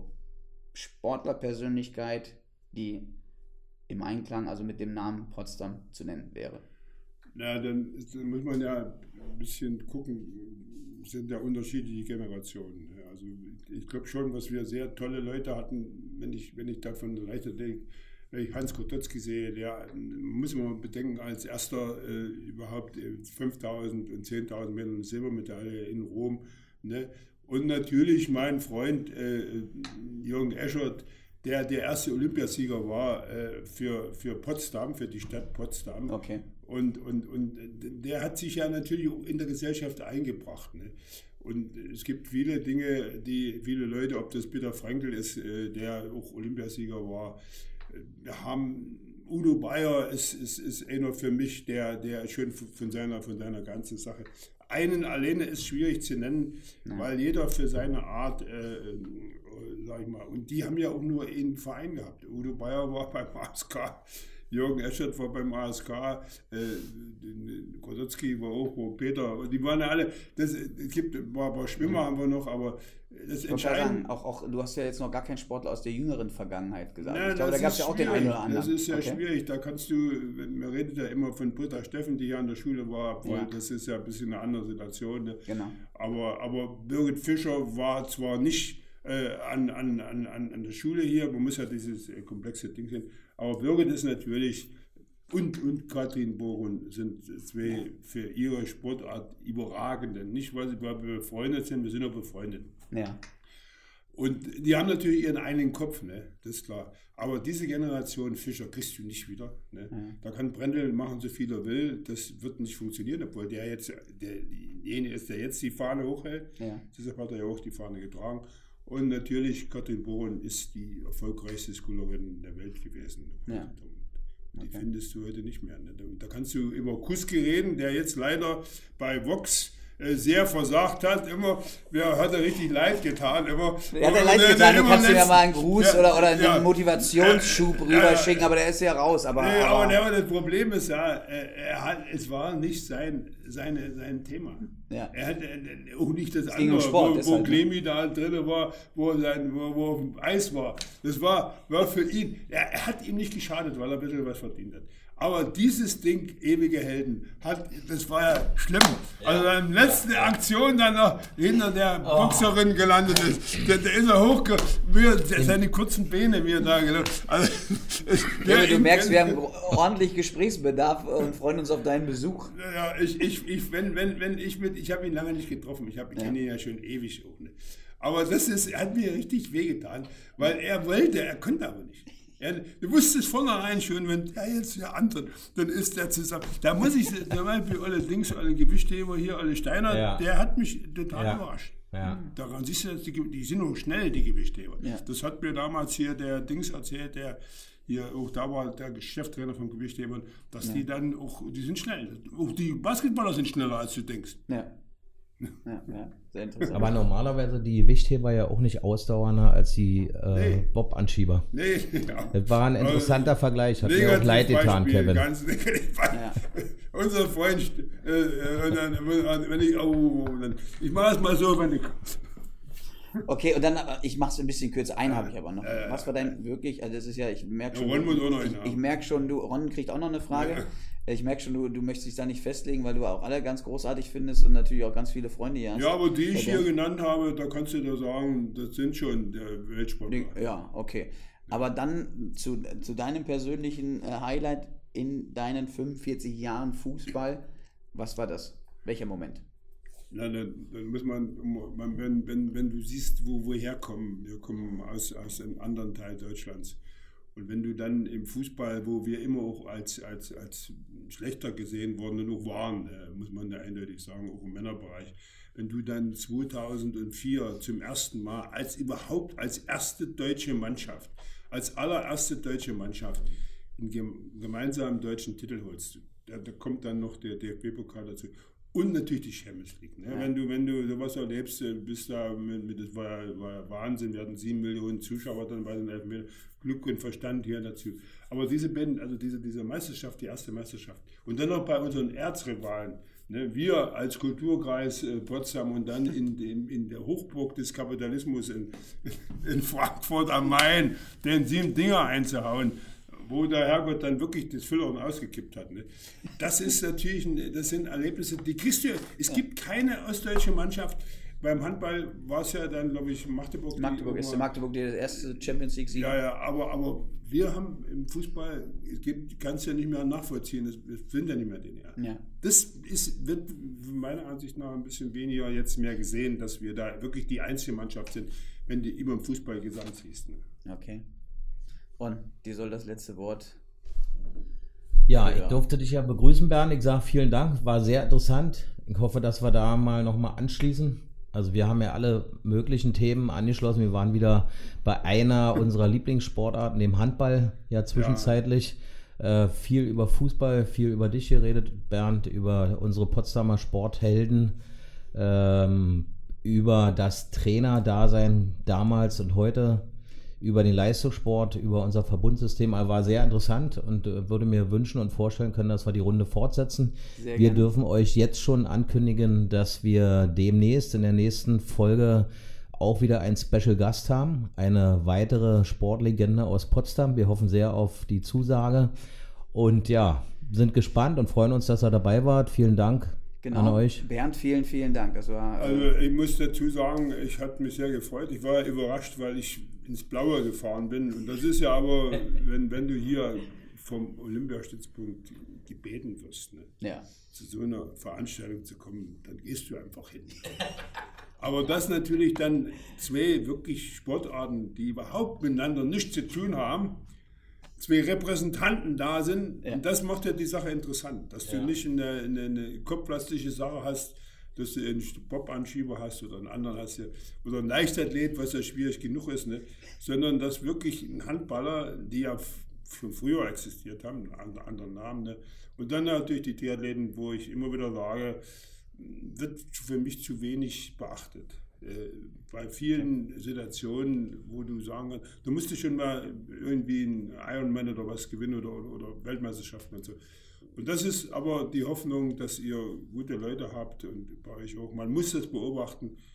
Sportlerpersönlichkeit, die im Einklang, also mit dem Namen Potsdam zu nennen wäre. Na, dann, dann muss man ja ein bisschen gucken, sind ja unterschiedliche Generationen. Also ich glaube schon, was wir sehr tolle Leute hatten, wenn ich, wenn ich davon Leichtathletik, wenn ich Hans Kototzki sehe, der muss man bedenken, als erster äh, überhaupt fünftausend und zehntausend Meter eine Silbermedaille in Rom. Ne? Und natürlich mein Freund äh, Jürgen Eschert, der der erste Olympiasieger war äh, für, für Potsdam, für die Stadt Potsdam. Okay. Und, und, und der hat sich ja natürlich auch in der Gesellschaft eingebracht. Ne? Und es gibt viele Dinge, die viele Leute, ob das Peter Frankl ist, äh, der auch Olympiasieger war. Wir haben Udo Bayer ist, ist, ist einer für mich, der, der schön von seiner, von seiner ganzen Sache. Einen alleine ist schwierig zu nennen, ja. weil jeder für seine Art, äh, sag ich mal, und die haben ja auch nur einen Verein gehabt. Udo Bayer war beim A S K, Jürgen Eschert war beim A S K, äh, Kototzki war auch, wo Peter, die waren ja alle, das, es gibt ein paar, paar Schwimmer haben wir noch, aber das Entscheidende... Auch, auch, du hast ja jetzt noch gar keinen Sportler aus der jüngeren Vergangenheit gesagt. Na, ich glaube, da gab es ja auch den einen oder anderen. Das ist ja okay. schwierig, da kannst du, man redet ja immer von Britta Steffen, die hier an der Schule war, obwohl ja. das ist ja ein bisschen eine andere Situation. Ne? Genau. Aber, aber Birgit Fischer war zwar nicht äh, an, an, an, an der Schule hier, man muss ja dieses äh, komplexe Ding sehen, aber Birgit ist natürlich, und, und Katrin Bohren sind zwei ja. für ihre Sportart überragende. Nicht, weil sie befreundet sind, wir sind auch befreundet. Ja. Und die haben natürlich ihren eigenen Kopf, ne? Das ist klar. Aber diese Generation Fischer kriegst du nicht wieder. Ne? Ja. Da kann Brendel machen, so viel er will. Das wird nicht funktionieren, obwohl der jetzt derjenige ist, der jetzt die Fahne hochhält. Ja. Deshalb hat er ja auch die Fahne getragen. Und natürlich, Katrin Bohren ist die erfolgreichste Schoolerin der Welt gewesen. Ja. Die okay. findest du heute nicht mehr. Ne? Da kannst du über Kuski reden, der jetzt leider bei Vox sehr versagt hat, immer, wer hat er richtig leid getan, immer. Er hat er leid getan, du kannst ihm ja mal einen Gruß ja, oder, oder einen ja, Motivationsschub ja, rüberschicken, aber der ist ja raus. Aber, nee, aber, aber, aber das Problem ist ja, er hat, es war nicht sein, seine, sein Thema. Ja. Er hat auch nicht das, das andere, um Sport, wo, wo Clemi da drin war, wo, sein, wo, wo auf dem Eis war. Das war, war für ihn, er, er hat ihm nicht geschadet, weil er ein bisschen was verdient hat. Aber dieses Ding, ewige Helden, hat, das war ja schlimm. Ja. Also in der letzten ja. Aktion dann noch hinter der oh. Boxerin gelandet ist, der, der ist er hoch, seine kurzen Beine mir da gelaufen. Also, ja, du merkst, wir haben ordentlich Gesprächsbedarf und freuen uns auf deinen Besuch. Ja, ich, ich, ich, wenn, wenn, wenn ich mit, ich habe ihn lange nicht getroffen, ich, hab, ich ja. kenne ihn ja schon ewig auch nicht. Aber das ist, hat mir richtig wehgetan, weil er wollte, er konnte aber nicht. Ja, du wusstest vornherein schon, wenn der jetzt hier antritt, dann ist der zusammen. Da muss ich, zum Beispiel alle Dings, alle Gewichtheber hier, alle Steiner, ja. der hat mich total ja. überrascht. Ja. Daran siehst du, die, die sind auch schnell, die Gewichtheber. Ja. Das hat mir damals hier der Dings erzählt, der hier auch da war, der Cheftrainer von Gewichthebern, dass ja. die dann auch, die sind schnell. Auch die Basketballer sind schneller, als du denkst. Ja. Ja, ja, sehr interessant. Aber normalerweise die Gewichtheber ja auch nicht ausdauernder als die äh, nee. Bob-Anschieber. Nee, ja. Das war ein interessanter also, Vergleich, hat mir auch leid getan, Kevin. Ganz ja. Unser Freund, äh, dann, wenn ich, oh, dann, ich mache es mal so, wenn ich... Okay, und dann, ich mache es ein bisschen kürzer, einen habe ich aber noch. Äh, Was war dein wirklich, also das ist ja, ich merke schon, ja, Ron du, ich, ich merke schon, du, Ron kriegt auch noch eine Frage. Ja. Ich merke schon, du, du möchtest dich da nicht festlegen, weil du auch alle ganz großartig findest und natürlich auch ganz viele Freunde hier hast. Ja, aber die ich hier genannt habe, da kannst du da sagen, das sind schon der Weltsportler. Ja, okay. Aber dann zu, zu deinem persönlichen Highlight in deinen fünfundvierzig Jahren Fußball, was war das? Welcher Moment? Na, dann, dann muss man, wenn, wenn, wenn du siehst, wo wir herkommen, wir kommen aus, aus einem anderen Teil Deutschlands. Und wenn du dann im Fußball, wo wir immer auch als, als, als schlechter gesehen wurden und auch waren, äh, muss man ja eindeutig sagen, auch im Männerbereich, wenn du dann zweitausendvier zum ersten Mal als überhaupt als erste deutsche Mannschaft, als allererste deutsche Mannschaft einen gemeinsamen deutschen Titel holst, da, da kommt dann noch der D F B-Pokal dazu. Und natürlich die Champions League. Ne? Ja. Wenn du, wenn du sowas erlebst, bist da mit, mit, das war, war Wahnsinn. Wir hatten sieben Millionen Zuschauer dann bei den Elfmeter. Glück und Verstand hier dazu. Aber diese Band, also diese, diese Meisterschaft, die erste Meisterschaft. Und dann noch bei unseren Erzrivalen. Ne? Wir als Kulturkreis äh, Potsdam und dann in, in, in der Hochburg des Kapitalismus in, in Frankfurt am Main, den sieben Dinger einzuhauen, wo der Herrgott dann wirklich das Füllhorn ausgekippt hat. Ne? Das ist natürlich, ein, das sind Erlebnisse, die kriegst du, es gibt keine ostdeutsche Mannschaft. Beim Handball war es ja dann, glaube ich, Magdeburg. Magdeburg ist der Magdeburg der erste Champions League-Sieg. Ja, ja, aber, aber wir haben im Fußball, es gibt, kannst du ja nicht mehr nachvollziehen, das sind ja nicht mehr den Jahren. Ja. Das ist, wird meiner Ansicht nach ein bisschen weniger jetzt mehr gesehen, dass wir da wirklich die einzige Mannschaft sind, wenn du immer im Fußball gesamt siehst. Ne? Okay. Und die soll das letzte Wort. Ja, ich durfte dich ja begrüßen, Bernd. Ich sage vielen Dank, war sehr interessant. Ich hoffe, dass wir da mal nochmal anschließen. Also wir haben ja alle möglichen Themen angeschlossen. Wir waren wieder bei einer unserer Lieblingssportarten, dem Handball, ja zwischenzeitlich. Ja. Äh, viel über Fußball, viel über dich geredet, Bernd, über unsere Potsdamer Sporthelden, ähm, über das Trainerdasein damals und heute, über den Leistungssport, über unser Verbundsystem. Also war sehr interessant und äh, würde mir wünschen und vorstellen können, dass wir die Runde fortsetzen. Sehr wir gerne. Dürfen euch jetzt schon ankündigen, dass wir demnächst in der nächsten Folge auch wieder einen Special Gast haben. Eine weitere Sportlegende aus Potsdam. Wir hoffen sehr auf die Zusage und ja, sind gespannt und freuen uns, dass ihr dabei wart. Vielen Dank. Genau. An euch. Bernd, vielen, vielen Dank. Das war, äh also ich muss dazu sagen, ich hatte mich sehr gefreut. Ich war überrascht, weil ich ins Blaue gefahren bin. Und das ist ja aber, wenn, wenn du hier vom Olympiastützpunkt gebeten wirst, ne, ja. zu so einer Veranstaltung zu kommen, dann gehst du einfach hin. Aber dass natürlich dann zwei wirklich Sportarten, die überhaupt miteinander nichts zu tun haben, zwei Repräsentanten da sind, ja. und das macht ja die Sache interessant, dass ja. du nicht eine, eine, eine kopflastische Sache hast, dass du einen Bob-Anschieber hast oder einen anderen hast, oder einen Leichtathlet, was ja schwierig genug ist, ne? Sondern dass wirklich ein Handballer, die ja schon früher existiert haben, einen anderen Namen, ne? Und dann natürlich die Triathleten, wo ich immer wieder sage, wird für mich zu wenig beachtet. Äh, bei vielen Situationen, wo du sagen kannst, du musst schon mal irgendwie einen Ironman oder was gewinnen oder, oder, oder Weltmeisterschaften und so. Und das ist aber die Hoffnung, dass ihr gute Leute habt und bei euch auch. Man muss das beobachten.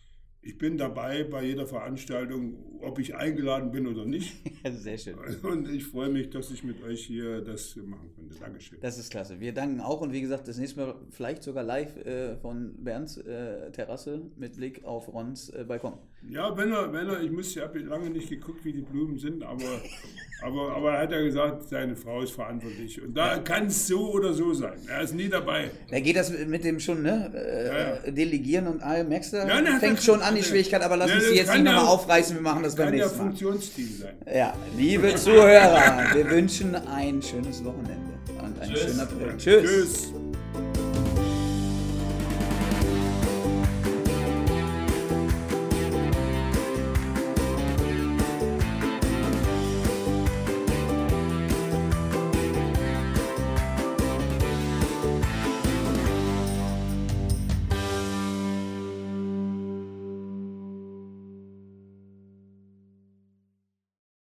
Ich bin dabei bei jeder Veranstaltung, ob ich eingeladen bin oder nicht. Sehr schön. Und ich freue mich, dass ich mit euch hier das machen konnte. Dankeschön. Das ist klasse. Wir danken auch und wie gesagt, das nächste Mal vielleicht sogar live äh, von Bernds äh, Terrasse mit Blick auf Rons äh, Balkon. Ja, wenn er, wenn er, ich muss, ich habe lange nicht geguckt, wie die Blumen sind, aber, aber, aber er hat ja gesagt, seine Frau ist verantwortlich. Und da kann es so oder so sein. Er ist nie dabei. Da geht das mit dem schon, ne? Äh, Ja, ja. Delegieren und all, merkst du? Ja, ne, Fängt das- schon an die Schwierigkeit, aber lass Ja, uns das die jetzt kann nicht ja- nochmal aufreißen, wir machen das beim Kann ja nächsten Mal. Funktionsstil sein. Ja, liebe Zuhörer, wir wünschen ein schönes Wochenende und einen schönen April. Tschüss. Tschüss.